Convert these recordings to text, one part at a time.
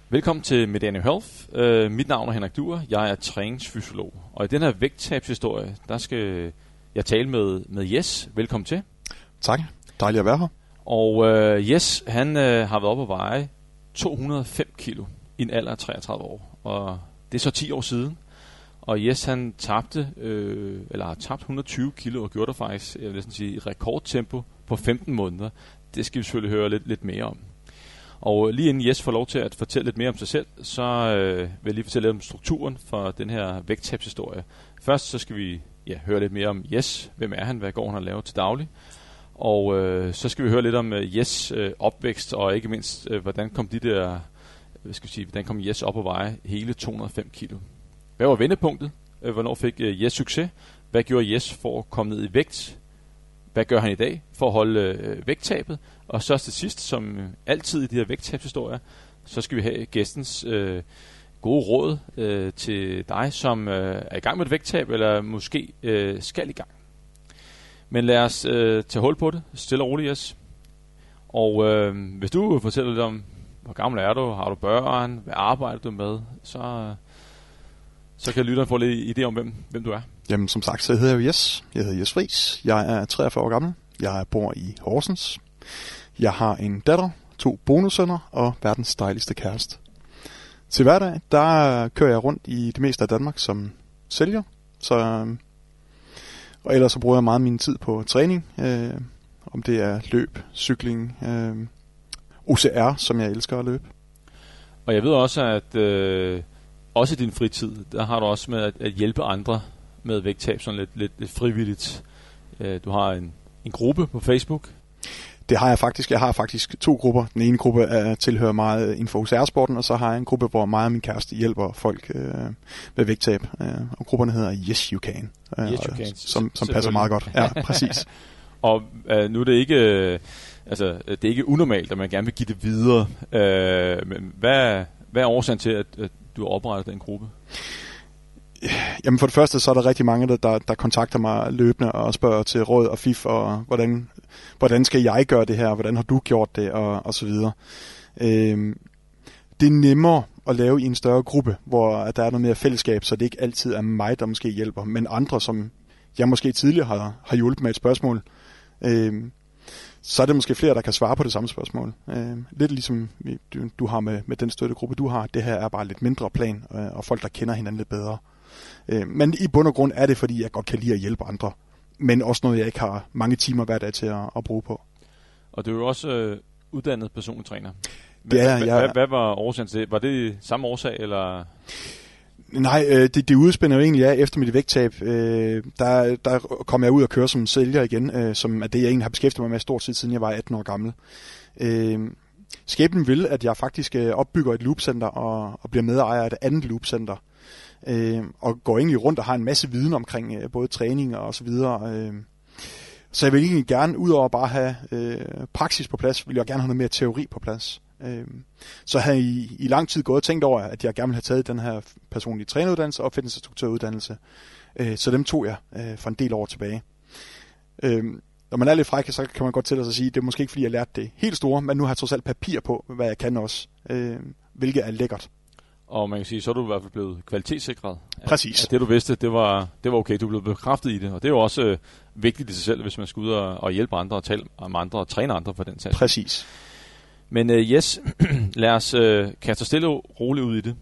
Velkommen til Medania Health. Mit navn er Henrik Duer. Jeg er træningsfysiolog. Og i den her vægttabshistorie, der skal jeg tale med Jes. Velkommen til. Tak. Dejligt at være her. Og Jes, han har været oppe at veje 205 kilo i en alder af 33 år. Og det er så 10 år siden. Og Jes, han har tabt 120 kilo og gjorde det faktisk, jeg vil næsten sige, i rekordtempo på 15 måneder. Det skal vi selvfølgelig høre lidt mere om. Og lige inden Jes får lov til at fortælle lidt mere om sig selv, så vil jeg lige fortælle lidt om strukturen for den her vægttabshistorie. Først så skal vi høre lidt mere om Jes. Hvem er han? Hvad går han at lave til daglig? Og så skal vi høre lidt om Jes opvækst, og ikke mindst, hvordan kom Jes op at veje hele 205 kilo. Hvad var vendepunktet? Hvornår fik Jes succes? Hvad gjorde Jes for at komme ned i vægt? Hvad gør han i dag for at holde vægttabet? Og så til sidst, som altid i de her vægttabshistorier, så skal vi have gæstens gode råd til dig, som er i gang med et vægttab, eller måske skal i gang. Men lad os tage hul på det, stille og roligt, Jes. Og hvis du fortæller lidt om, hvor gammel er du, har du børn, hvad arbejder du med, så kan lytteren få lidt idé om, hvem du er. Jamen, som sagt, så hedder jeg Jes. Jeg hedder Jes Friis. Jeg er 43 år gammel. Jeg bor i Horsens. Jeg har en datter, 2 bonussønner og verdens dejligste kæreste. Til hverdag, der kører jeg rundt i det meste af Danmark som sælger. Og ellers så bruger jeg meget min tid på træning. Om det er løb, cykling, OCR, som jeg elsker at løbe. Og jeg ved også, at også i din fritid, der har du også med at hjælpe andre med vægttab, sådan lidt frivilligt. Du har en gruppe på Facebook. Det har jeg faktisk. Jeg har faktisk 2 grupper. Den ene gruppe tilhører meget inden for OCR-sporten, og så har jeg en gruppe, hvor mig og min kæreste hjælper folk med vægttab. Og grupperne hedder Yes You Can. Yes You Can. Som passer meget godt. Ja, præcis. Og nu er det ikke, det er ikke unormalt, at man gerne vil give det videre. Men hvad er årsagen til, at du har oprettet den gruppe? Jamen for det første, så er der rigtig mange, der kontakter mig løbende og spørger til råd og fif, og hvordan skal jeg gøre det her, hvordan har du gjort det, og så videre. Det er nemmere at lave i en større gruppe, hvor der er noget mere fællesskab, så det ikke altid er mig, der måske hjælper, men andre, som jeg måske tidligere har hjulpet med et spørgsmål. Så er det måske flere, der kan svare på det samme spørgsmål. Lidt ligesom du har med den støttegruppe, du har. Det her er bare lidt mindre plan, og folk, der kender hinanden lidt bedre. Men i bund og grund er det, fordi jeg godt kan lide at hjælpe andre. Men også noget, jeg ikke har mange timer hver dag til at bruge på. Og du er jo også uddannet personlig træner. Hvad var årsagen til det? Var det samme årsag, eller? Nej, det udspænder jo egentlig af efter mit vægttab. Der kom jeg ud og køre som sælger igen, som er det, jeg egentlig har beskæftiget mig med stort set, siden jeg var 18 år gammel. Skæbnen vil, at jeg faktisk opbygger et loopcenter og bliver medejer af et andet loopcenter. Og går egentlig rundt og har en masse viden omkring både træning og så videre. Så jeg vil egentlig gerne, udover bare have praksis på plads, vil jeg gerne have noget mere teori på plads. Så har jeg i lang tid gået og tænkt over, at jeg gerne vil have taget den her personlige træneruddannelse og fitnessinstruktøruddannelse. Så dem tog jeg for en del år tilbage. Når man er lidt fræk, så kan man godt tillade sig at sige, at det er måske ikke, fordi jeg lærte det helt store, men nu har jeg trods alt papir på, hvad jeg kan også, hvilket er lækkert. Og man kan sige, så er du i hvert fald blevet kvalitetssikret. Præcis. At det du vidste, det var okay, du blev bekræftet i det. Og det er jo også vigtigt i sig selv, hvis man skal ud og hjælpe andre og tale om andre og træne andre for den sags. Præcis. Men Jes, lad os kaste stille og roligt ud i det.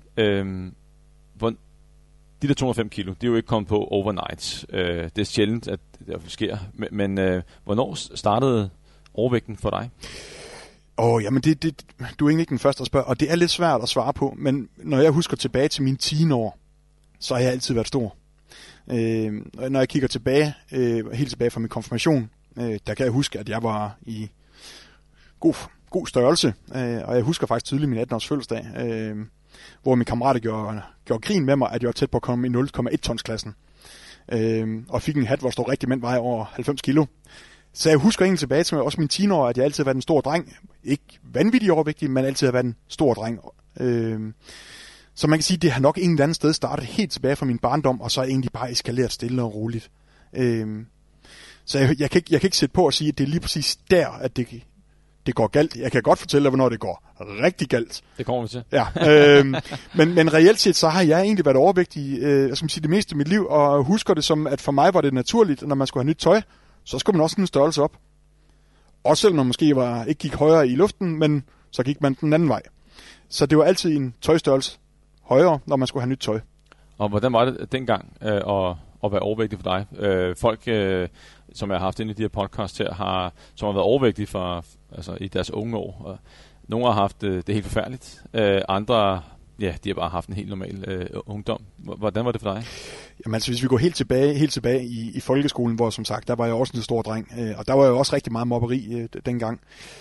De der 205 kilo, det er jo ikke kommet på overnight. Det er sjældent, at det sker. Men hvornår startede overvægten for dig? Jamen du er egentlig ikke den første at spørge, og det er lidt svært at svare på, men når jeg husker tilbage til mine teenår, så har jeg altid været stor. Når jeg kigger tilbage, helt tilbage fra min konfirmation, der kan jeg huske, at jeg var i god størrelse, og jeg husker faktisk tydeligt min 18-års fødselsdag, hvor min kammerater gjorde grin med mig, at jeg var tæt på at komme i 0,1 tons klassen, og fik en hat, hvor stod rigtig mænd vejer over 90 kilo. Så jeg husker egentlig tilbage til også mine teenår, at jeg altid har været en stor dreng. Ikke vanvittigt overvægtig, men altid har været en stor dreng. Så man kan sige, at det har nok en eller anden sted startet helt tilbage fra min barndom, og så er egentlig bare eskaleret stille og roligt. Så jeg kan ikke sætte på at sige, at det er lige præcis der, at det det går galt. Jeg kan godt fortælle dig, hvornår det går rigtig galt. Det kommer vi til. Ja, men reelt set, så har jeg egentlig været overvægtig det meste af mit liv, og husker det som, at for mig var det naturligt, når man skulle have nyt tøj, så skulle man også en størrelse op. Også selvom man måske ikke gik højere i luften, men så gik man den anden vej. Så det var altid en tøjstørrelse højere, når man skulle have nyt tøj. Og hvordan var det dengang at være overvægtig for dig? Folk, som jeg har haft inde i de her podcast her, som har været overvægtige i deres unge år. Nogle har haft det helt forfærdeligt. Andre, ja, de har bare haft en helt normal ungdom. Hvordan var det for dig? Jamen altså, hvis vi går helt tilbage i folkeskolen, hvor som sagt, der var jeg også en stor dreng, og der var jo også rigtig meget mobberi dengang.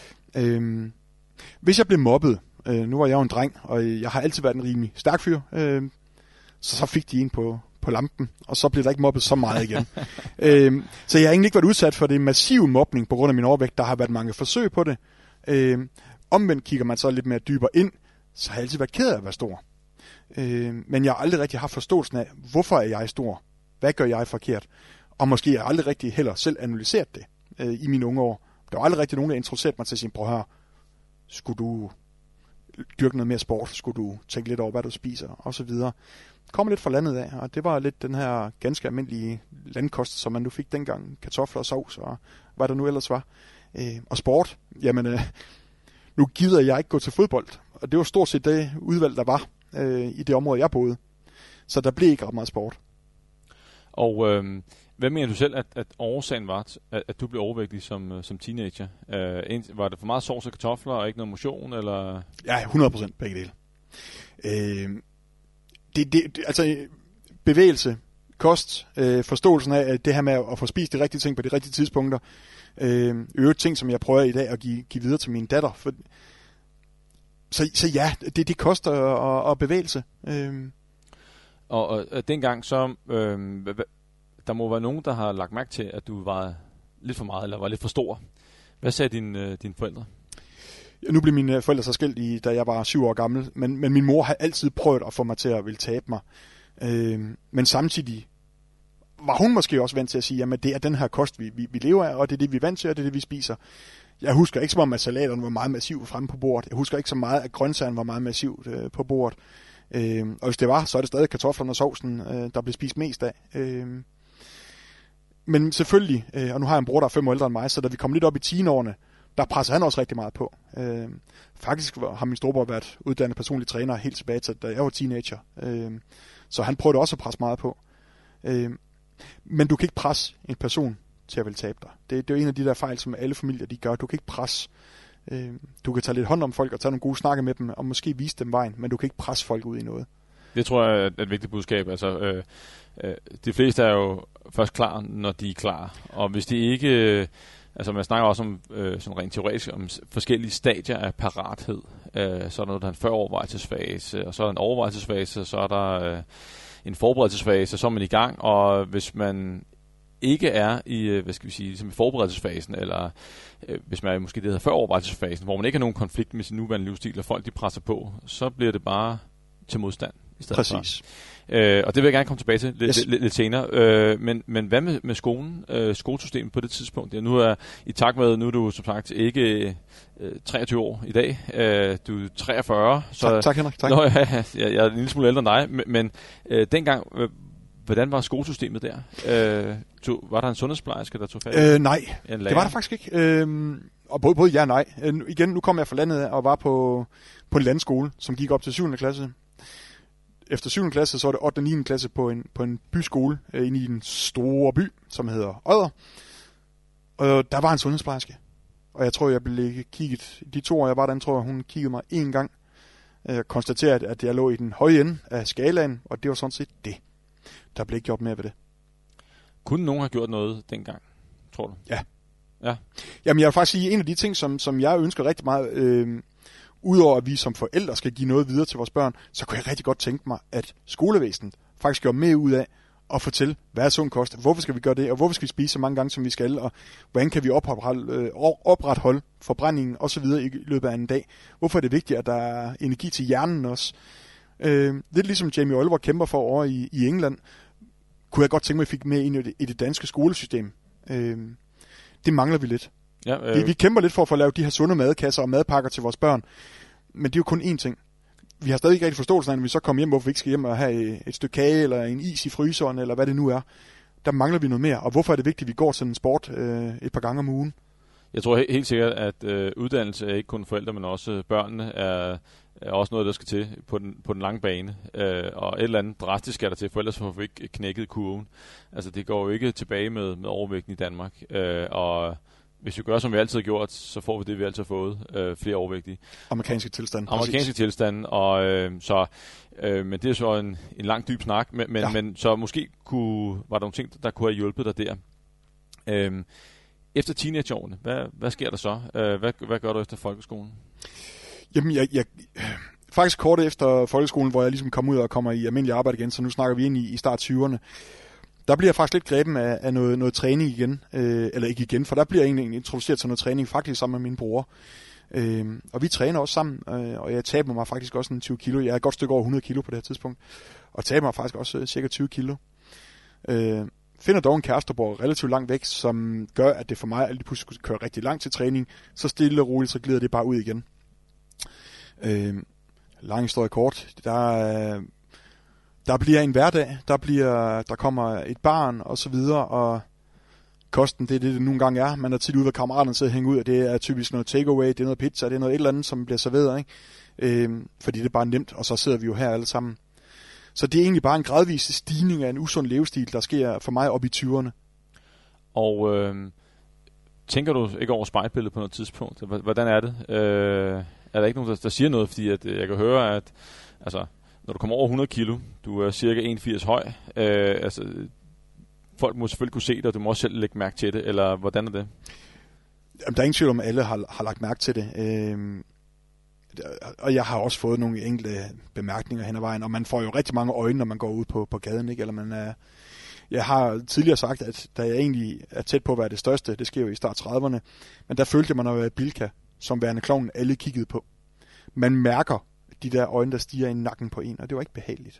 Hvis jeg blev mobbet, nu var jeg jo en dreng, og jeg har altid været en rimelig stærk fyr, så fik de en på lampen, og så blev der ikke mobbet så meget igen. Så jeg har egentlig ikke været udsat for det massive mobning på grund af min overvægt. Der har været mange forsøg på det. Omvendt kigger man så lidt mere dybere ind, så har jeg altid været ked af at være stor. Men jeg har aldrig rigtig haft forståelsen af, hvorfor er jeg stor? Hvad gør jeg forkert? Og måske har jeg aldrig rigtig heller selv analyseret det i mine unge år. Der var aldrig rigtig nogen, der introducerede mig til at sige, prøv her, skulle du dyrke noget mere sport? Skulle du tænke lidt over, hvad du spiser? Og så videre. Kommer lidt fra landet af, og det var lidt den her ganske almindelige landkost, som man nu fik dengang. Kartofler og sovs, og hvad der nu ellers var. Og sport, jamen, nu gider jeg ikke gå til fodbold. Og det var stort set det udvalg, der var i det område, jeg boede. Så der blev ikke ret meget sport. Og hvad mener du selv, at årsagen var, at du blev overvægtig som teenager? Var det for meget sovs og kartofler og ikke noget motion? Eller? Ja, 100% begge dele. Altså bevægelse, kost, forståelsen af det her med at få spist de rigtige ting på de rigtige tidspunkter. Øvrigt ting, som jeg prøver i dag at give videre til min datter. Så ja, det koster og bevægelse. Og dengang så, der må være nogen, der har lagt mærke til, at du var lidt for meget, eller var lidt for stor. Hvad sagde dine forældre? Nu blev mine forældre så skilt, da jeg var 7 år gammel, men min mor har altid prøvet at få mig til at ville tabe mig. Men samtidig var hun måske også vant til at sige, at det er den her kost, vi lever af, og det er det, vi er vant til, og det er det, vi spiser. Jeg husker ikke så meget, at salaterne var meget massivt fremme på bordet. Jeg husker ikke så meget, at grøntsagerne var meget massivt på bordet. Og hvis det var, så er det stadig kartoflerne og sovsen, der blev spist mest af. Men selvfølgelig, og nu har jeg en bror, der er 5 år ældre end mig, så da vi kom lidt op i teenårene, der presser han også rigtig meget på. Faktisk har min storebror været uddannet personlig træner helt tilbage til, da jeg var teenager. Så han prøvede også at presse meget på. Men du kan ikke presse en person til at vil tabe dig. Det er jo en af de der fejl, som alle familier de gør. Du kan ikke presse. Du kan tage lidt hånd om folk og tage nogle gode snakke med dem, og måske vise dem vejen, men du kan ikke presse folk ud i noget. Det tror jeg er et vigtigt budskab. Altså, de fleste er jo først klar, når de er klar. Og hvis de ikke... Altså man snakker også om, sådan rent teoretisk, om forskellige stadier af parathed. Så er der noget, der er en førovervejelsesfase, og så er der en overvejelsesfase, så er der en forberedelsesfase, så er man i gang. Og hvis man ikke er i, ligesom i forberedelsesfasen, eller hvis man er måske det, der hedder førovervejelsesfasen, hvor man ikke har nogen konflikt med sin nuværende livsstil, og folk de presser på, så bliver det bare til modstand i stedet Præcis. For. Og det vil jeg gerne komme tilbage til lidt senere. Men hvad med skolen, skolesystemet på det tidspunkt? Ja, nu er i takt med, nu er du som sagt ikke 23 år i dag. Du er 43. Så, tak Henrik. Tak. Nå, jeg er en lille smule ældre end dig, men dengang... Hvordan var skolesystemet der? Var der en sundhedsplejerske, der tog fat? Nej, det var der faktisk ikke. Og både ja og nej. Igen, nu kom jeg fra landet og var på en landskole, som gik op til 7. klasse. Efter 7. klasse, så var det 8. og 9. klasse på en byskole inde i en store by, som hedder Odder. Og der var en sundhedsplejerske. Og jeg tror, jeg blev kigget, de 2 år jeg var der, tror jeg, hun kiggede mig 1 gang. Jeg konstaterede, at jeg lå i den høje ende af skalaen, og det var sådan set det. Der blev ikke gjort mere ved det. Kunne nogen have gjort noget dengang, tror du? Ja. Ja. Jamen jeg vil faktisk sige, en af de ting, som jeg ønsker rigtig meget, udover at vi som forældre skal give noget videre til vores børn, så kunne jeg rigtig godt tænke mig, at skolevæsenet faktisk gør mere ud af at fortælle, hvad er sund kost, hvorfor skal vi gøre det, og hvorfor skal vi spise så mange gange, som vi skal, og hvordan kan vi opretholde forbrændingen osv. i løbet af en dag. Hvorfor er det vigtigt, at der er energi til hjernen også. Lidt ligesom Jamie Oliver kæmper for over i England, kunne jeg godt tænke mig, at vi fik mere ind i det danske skolesystem. Det mangler vi lidt. Ja, Vi kæmper lidt for at få lavet de her sunde madkasser og madpakker til vores børn, men det er jo kun én ting. Vi har stadig ikke rigtig forståelsen af, når vi så kommer hjem, hvorfor vi ikke skal hjem og have et stykke kage eller en is i fryseren, eller hvad det nu er. Der mangler vi noget mere, og hvorfor er det vigtigt, at vi går til en sport et par gange om ugen? Jeg tror helt sikkert, at uddannelse er ikke kun forældre, men også børnene er også noget, der skal til på den lange bane. Og et eller andet drastisk er der til, for ellers får vi ikke knækket kurven. Altså det går jo ikke tilbage med overvægten i Danmark. Og hvis vi gør, som vi altid har gjort, så får vi det, vi altid har fået. Flere overvægtige. Amerikanske tilstande. Amerikanske tilstande. Og men det er så en lang, dyb snak. Men så måske var der nogle ting, der kunne have hjulpet dig der. Efter teenageårene, hvad sker der så? Hvad gør du efter folkeskolen? Jamen, jeg faktisk kort efter folkeskolen, hvor jeg ligesom kom ud og kommer i almindelig arbejde igen, så nu snakker vi ind i start 20'erne, der bliver jeg faktisk lidt greben af noget træning igen. Eller ikke igen, for der bliver jeg egentlig introduceret til noget træning, faktisk sammen med min bror. Og vi træner også sammen, og jeg taber mig faktisk også en 20 kilo. Jeg er et godt stykke over 100 kilo på det her tidspunkt, og taber mig faktisk også cirka 20 kilo. Finder dog en kæreste, der bor relativt langt væk, som gør, at det for mig at pludselig skulle køre rigtig langt til træning, så stille og roligt, så glider det bare ud igen. Lang historie kort, der bliver en hverdag, der kommer et barn og så videre, og kosten, det er det nogle gange er. Man er tit ude, hvor kammeraterne sidder og hænger ud, og det er typisk noget takeaway, det er noget pizza, det er noget et eller andet, som bliver serveret, ikke? Fordi det er bare nemt, og så sidder vi jo her alle sammen. Så det er egentlig bare en gradvis stigning af en usund levestil, der sker for mig op i 20'erne. Og tænker du ikke over spejlbilledet på noget tidspunkt? Hvordan er det? Er der ikke nogen, der siger noget? Fordi at, jeg kan høre, at altså, når du kommer over 100 kilo, du er cirka 1,80 høj, folk må selvfølgelig kunne se det, og du må også selv lægge mærke til det, eller hvordan er det? Jamen, der er ingen tvivl om, at alle har lagt mærke til det. Og jeg har også fået nogle enkelte bemærkninger hen ad vejen, og man får jo rigtig mange øjne, når man går ud på gaden, ikke? Eller jeg har tidligere sagt, at da jeg egentlig er tæt på at være det største, det sker jo i start 30'erne, men der følte jeg mig, når jeg var i Bilka, som værende klovnen, alle kiggede på. Man mærker de der øjne, der stiger i nakken på en, og det var ikke behageligt.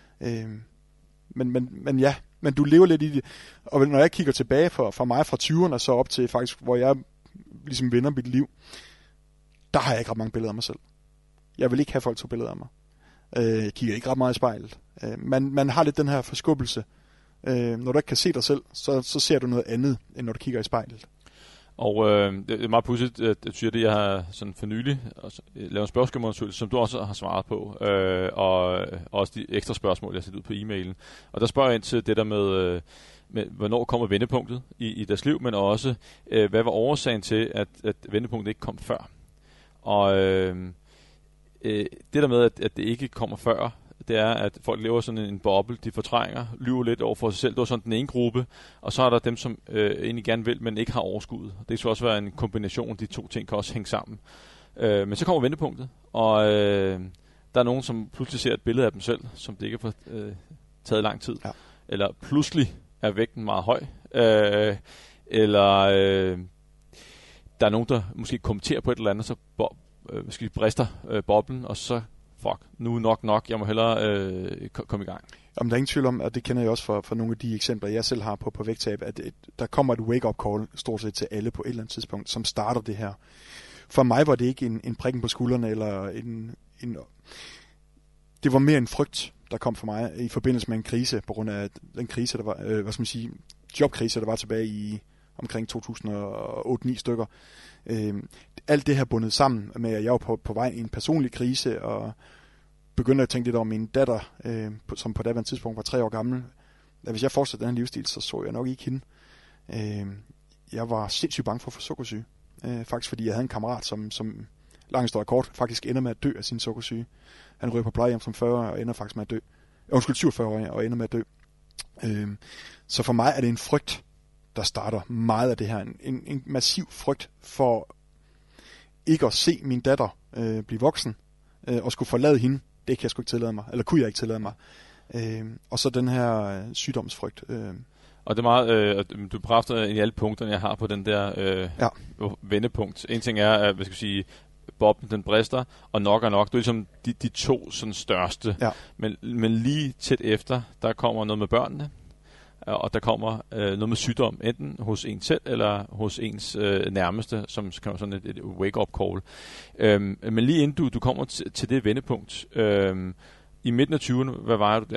Men du lever lidt i det. Og når jeg kigger tilbage fra mig fra 20'erne, så op til faktisk, hvor jeg ligesom vender mit liv, der har jeg ikke ret mange billeder af mig selv. Jeg vil ikke have folk to billeder af mig. Jeg kigger ikke ret meget i spejlet. Man har lidt den her forskubbelse. Når du ikke kan se dig selv, så ser du noget andet, end når du kigger i spejlet. Og det er meget pudsigt, at du siger det. Jeg har sådan for nylig lavet en spørgsmålsundersøgelse, som du også har svaret på, og også de ekstra spørgsmål, jeg har sat ud på e-mailen. Og der spørger jeg ind til det der med hvornår kommer vendepunktet i deres liv, men også, hvad var årsagen til, at vendepunktet ikke kom før. Og det der med, at det ikke kommer før, det er, at folk lever sådan en boble, de fortrænger, lyver lidt over for sig selv. Det var sådan den ene gruppe, og så er der dem, som egentlig gerne vil, men ikke har overskud. Det skal også være en kombination, de to ting kan også hænge sammen. Men så kommer vendepunktet, og der er nogen, som pludselig ser et billede af dem selv, som det ikke har taget lang tid. Ja. Eller pludselig er vægten meget høj. Eller der er nogen, der måske kommenterer på et eller andet, så brister boblen, og så nu nok, jeg må hellere komme i gang. Jamen, der er ingen tvivl om, og det kender jeg også fra nogle af de eksempler, jeg selv har på vægttab, at der kommer et wake-up call stort set til alle på et eller andet tidspunkt, som starter det her. For mig var det ikke en prikken på skuldrene, eller det var mere en frygt, der kom for mig i forbindelse med en krise, på grund af den krise, der var, jobkrise, der var tilbage i omkring 2008-9 stykker. Alt det her bundet sammen med, at jeg var på vej i en personlig krise, og begyndte at tænke lidt over min datter, som på daværende tidspunkt var 3 år gammel. At hvis jeg fortsatte den her livsstil, så jeg nok ikke hende. Jeg var sindssygt bange for at få sukkersyge. Faktisk fordi jeg havde en kammerat, som lang historie kort, faktisk ender med at dø af sin sukkersyge. Han ryger på plejehjem som 40 og ender faktisk med at dø. 47 år og ender med at dø. Så for mig er det en frygt, der starter meget af det her. En massiv frygt for ikke at se min datter blive voksen, og skulle forlade hende. Det kan jeg sgu ikke tillade mig, eller kunne jeg ikke tillade mig. Og så den her sygdomsfrygt. Og det er meget, du bekræfter i alle punkterne, jeg har på den der vendepunkt. En ting er, at hvad skal jeg sige, boblen den brister, og nok. Det er ligesom de to sådan største. Ja. Men lige tæt efter, der kommer noget med børnene. og der kommer noget med sygdom, enten hos en selv eller hos ens nærmeste, som kan være sådan et wake-up call. Men lige inden du kommer til det vendepunkt, i midten af 20'erne, hvad vejer du der?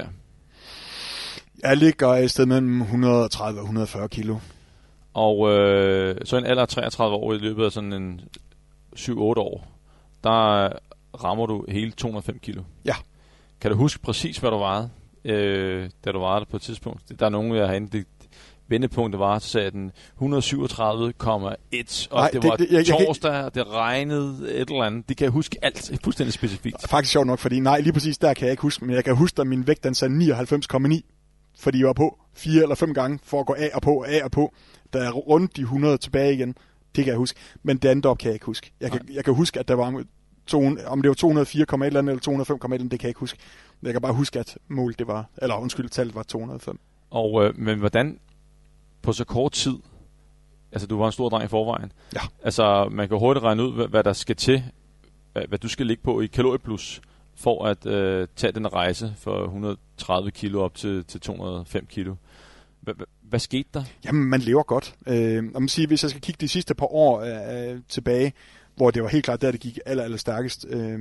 Jeg ligger et sted mellem 130 og 140 kilo. Og så en alder af 33 år i løbet af sådan en 7-8 år, der rammer du hele 205 kilo. Ja. Kan du huske præcis, hvad du vejede, da du vejede på et tidspunkt? Der er nogen, jeg herinde, det vendepunktet var, så sagde den 137,1, og nej, det var torsdag, og det regnede et eller andet. Det kan jeg huske alt fuldstændig specifikt. Faktisk sjovt nok, fordi nej, lige præcis der kan jeg ikke huske, men jeg kan huske, at min vægt den sagde 99,9, fordi jeg var på 4 eller 5 gange for at gå af og på, da jeg rundt de 100 tilbage igen. Det kan jeg huske, men det andet op kan jeg ikke huske. Jeg kan huske, at der var om det var 204,1 eller 205,1, det kan jeg ikke huske. Jeg kan bare huske, at målet det var, tallet var 205. Og men hvordan på så kort tid, altså du var en stor dreng i forvejen, ja. Altså man kan hurtigt regne ud, hvad der skal til, hvad du skal ligge på i kalorieplus, for at tage den rejse fra 130 kilo op til 205 kilo. Hvad skete der? Jamen, man lever godt. Og man siger, hvis jeg skal kigge de sidste par år tilbage, hvor det var helt klart, der det gik aller stærkest.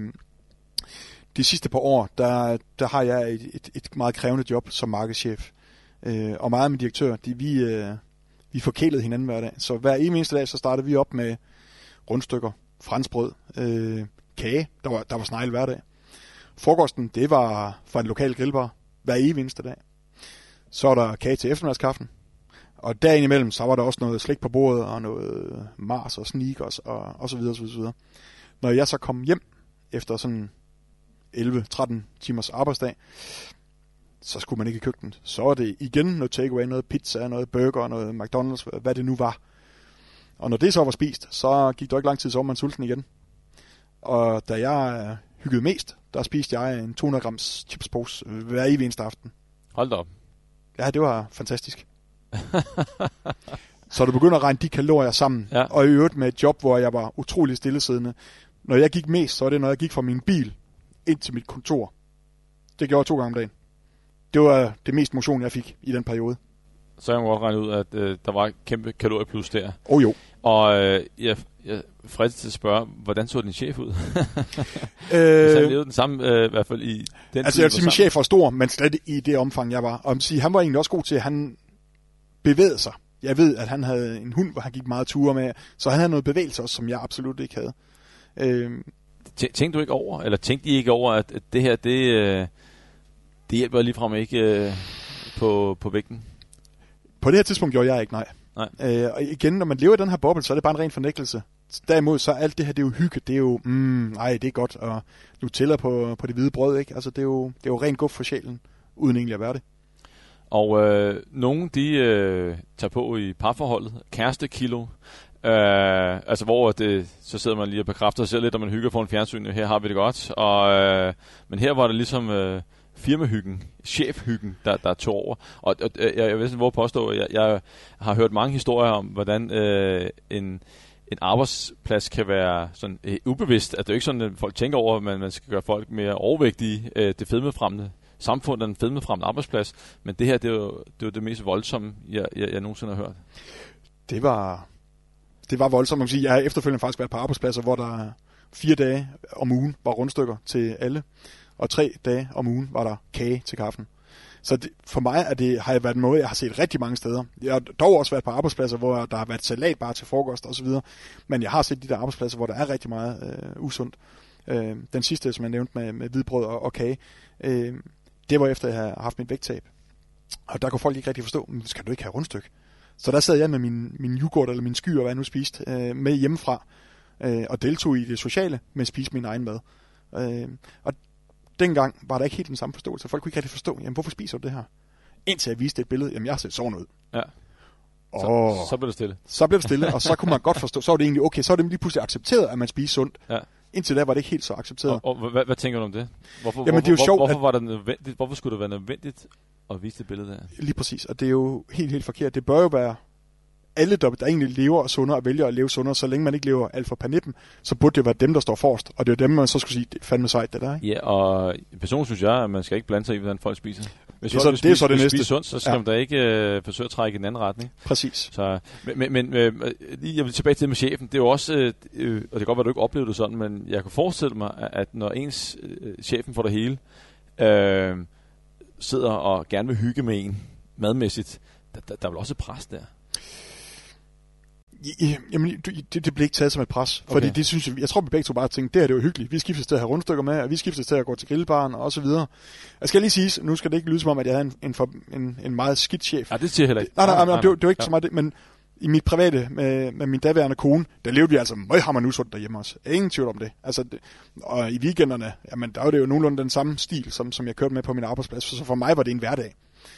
De sidste par år, der har jeg et meget krævende job som markedschef. Og meget af mine direktører, vi forkælede hinanden hver dag. Så hver eneste dag, så startede vi op med rundstykker, franskbrød, kage, der var snegle hver dag. Frokosten, det var fra en lokal grillbar hver eneste dag. Så er der kage til eftermiddagskaffen. Og dagen imellem, så var der også noget slik på bordet, og noget Mars og Sneakers, og så videre, så videre. Når jeg så kom hjem, efter sådan 11-13 timers arbejdsdag, så skulle man ikke i køkkenet. Så er det igen noget takeaway, noget pizza, noget burger, noget McDonald's, hvad det nu var. Og når det så var spist, så gik der ikke lang tid, så var man sulten igen. Og da jeg hyggede mest, der spiste jeg en 200 grams chipspose hver eneste aften. Hold da op. Ja, det var fantastisk. Så du begynder at regne de kalorier sammen, ja. Og i øvrigt med et job, hvor jeg var utrolig stillesiddende. Når jeg gik mest, så var det, når jeg gik fra min bil ind til mit kontor. Det gjorde jeg 2 gange om dagen. Det var det mest motion, jeg fik i den periode. Så jeg må godt regne ud, at der var et kæmpe kalorieplus der. Jo. Og jeg fristes til at spørge, hvordan så din chef ud? Så han levede den samme, i hvert fald i den altså, jeg vil sige, min chef var stor, men slet i det omfang, jeg var. Og han var egentlig også god til, at han bevægede sig. Jeg ved, at han havde en hund, hvor han gik meget ture med, så han havde noget bevægelse også, som jeg absolut ikke havde. Tænkte du ikke over, eller tænkte I ikke over, at det her, det hjælper ligefrem ikke på vægten? På det her tidspunkt gjorde jeg ikke, nej. Og igen, når man lever i den her boble, så er det bare en ren fornægtelse. Derimod, så alt det her, det er jo hygge, det er jo, det er godt, og Nutella på det hvide brød, ikke? Altså, det er jo rent guf for sjælen, uden egentlig at være det. Og nogen, de tager på i parforholdet, kærestekilo, altså hvor så sidder man lige og bekræfter sig selv lidt, og man hygger for en fjernsyn, her har vi det godt, men her var det ligesom firmahyggen, chefhyggen, der tog over. Og jeg ved sådan, hvor påstå, jeg har hørt mange historier om, hvordan en arbejdsplads kan være sådan ubevidst, at det er jo ikke sådan, at folk tænker over, at man skal gøre folk mere overvægtige, det fedmefremmende samfund og en fedmefremmende arbejdsplads, men det her, det er jo det mest voldsomme, jeg nogensinde har hørt. Det var voldsomt, man kan sige. Jeg har efterfølgende faktisk været på arbejdspladser, hvor der 4 dage om ugen var rundstykker til alle, og 3 dage om ugen var der kage til kaffen. Så for mig har det været en måde, jeg har set rigtig mange steder. Jeg har dog også været på arbejdspladser, hvor der har været salatbar til frokost osv., men jeg har set de der arbejdspladser, hvor der er rigtig meget usundt. Den sidste, som jeg nævnte med hvidbrød og kage, det var efter, jeg havde haft mit vægttab. Og der kunne folk ikke rigtig forstå, men skal du ikke have rundstykke? Så der sad jeg med min yoghurt eller min skyer, hvad jeg nu spiste, med hjemmefra, og deltog i det sociale, men spiste min egen mad. Og dengang var der ikke helt den samme forståelse. Folk kunne ikke rigtig forstå, jamen hvorfor spiser du det her? Indtil jeg viste et billede, jamen jeg har set sådan ud. Ja. Så blev det stille. Så blev det stille, og så kunne man godt forstå, så var det egentlig okay, så var det lige pludselig accepteret, at man spiser sundt. Ja. Indtil da var det ikke helt så accepteret. Og hvad tænker du om det? Jamen det er jo sjovt, hvorfor var det nødvendigt? Hvorfor skulle det være nødvendigt at vise det billede der? Lige præcis, og det er jo helt forkert. Det bør jo være alle, der egentlig lever sundere og vælger at leve sundere, så længe man ikke lever alt for panippen, så burde det være dem, der står forrest. Og det er jo dem, man så skulle sige, det er fandme sejt, det der, ikke? Ja, og personligt synes jeg, at man skal ikke blande sig i, hvordan folk spiser. Hvis det er så det næste. Sundt, så skal man da ikke forsøge at trække i den anden retning. Præcis. Så, men jeg vil tilbage til det med chefen. Det er jo også, og det kan godt være, du ikke oplevede det sådan, men jeg kan forestille mig, at når ens chefen for det hele sidder og gerne vil hygge med en madmæssigt, der er vel også et pres der? Jamen, det bliver ikke taget som et pres, okay. Fordi det synes jeg tror vi begge to bare tænkte, det er jo hyggeligt. Vi skiftes til at have rundstykker med, og vi skiftes til at gå til grillbaren og så videre. Jeg skal lige sige, nu skal det ikke lyde som om, at jeg havde en meget skidt chef. Ja, det siger jeg heller ikke. Nej, det var ikke så meget det, men i mit private med min daværende kone, der levede vi altså møghammerende usundt derhjemme også. Ingen tvivl om det. Altså, og i weekenderne, jamen, der var det jo nogenlunde den samme stil, som jeg kørte med på min arbejdsplads, så for mig var det en hverdag.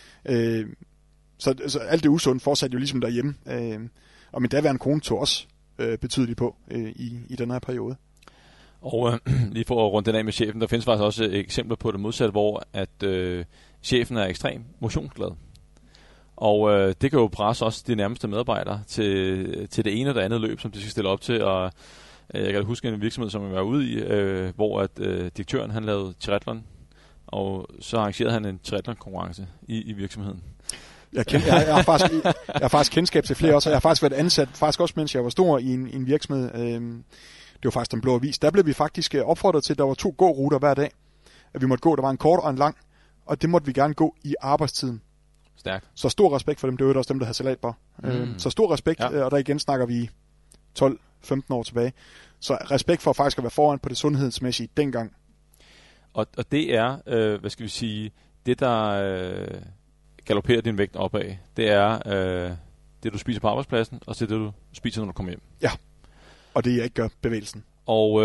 Så alt det usundt fortsatte jo ligesom derhjemme. Og min daværende kone tog også betydeligt på i den her periode. Og lige for at runde den af med chefen, der findes faktisk også eksempler på det modsatte, hvor at chefen er ekstremt motionsglad. Og det kan jo presse også de nærmeste medarbejdere til det ene og det andet løb, som de skal stille op til. Og jeg kan huske en virksomhed, som jeg var ude i, hvor at direktøren han lavede triathlon, og så arrangerede han en triathlon-konkurrence i virksomheden. Jeg har faktisk kendskab til flere også, og jeg har faktisk været ansat, faktisk også mens jeg var stor i en virksomhed. Det var faktisk Den Blå Avis. Der blev vi faktisk opfordret til, at der var 2 gåruter hver dag. At vi måtte gå, der var en kort og en lang, og det måtte vi gerne gå i arbejdstiden. Stærkt. Så stor respekt for dem, det var også dem, der havde salatbar. Så stor respekt, og der igen snakker vi 12-15 år tilbage. Så respekt for faktisk at være foran på det sundhedsmæssige dengang. Og det er, hvad skal vi sige, det der galopperer din vægt opad, det er det, du spiser på arbejdspladsen, og det, du spiser, når du kommer hjem. Ja, og det jeg ikke gør bevægelsen. Og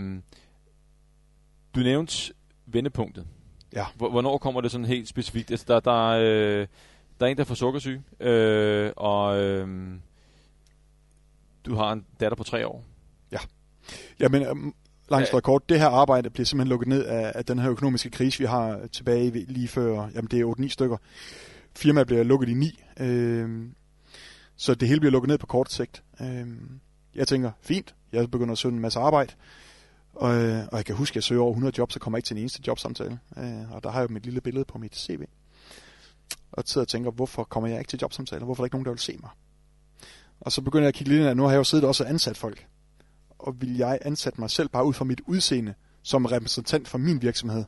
du nævnte vendepunktet. Ja. Hvornår kommer det sådan helt specifikt? Altså, der er en, der får sukkersyge, og du har en datter på 3 år. Ja. Jamen, langt og kort, det her arbejde bliver simpelthen lukket ned af den her økonomiske krise, vi har tilbage lige før, jamen det er 8-9 stykker. Firmaet bliver lukket i 9, så det hele bliver lukket ned på kort sigt. Jeg tænker, fint, jeg begynder at søge en masse arbejde, og jeg kan huske, at jeg søger over 100 jobs, så kommer jeg ikke til en eneste jobsamtale. Og der har jeg jo mit lille billede på mit CV. Og sidder og tænker, hvorfor kommer jeg ikke til jobsamtaler? Hvorfor er der ikke nogen, der vil se mig? Og så begynder jeg at kigge lidt ind, at nu har jeg jo siddet også og ansat folk. Og vil jeg ansætte mig selv bare ud fra mit udseende som repræsentant for min virksomhed?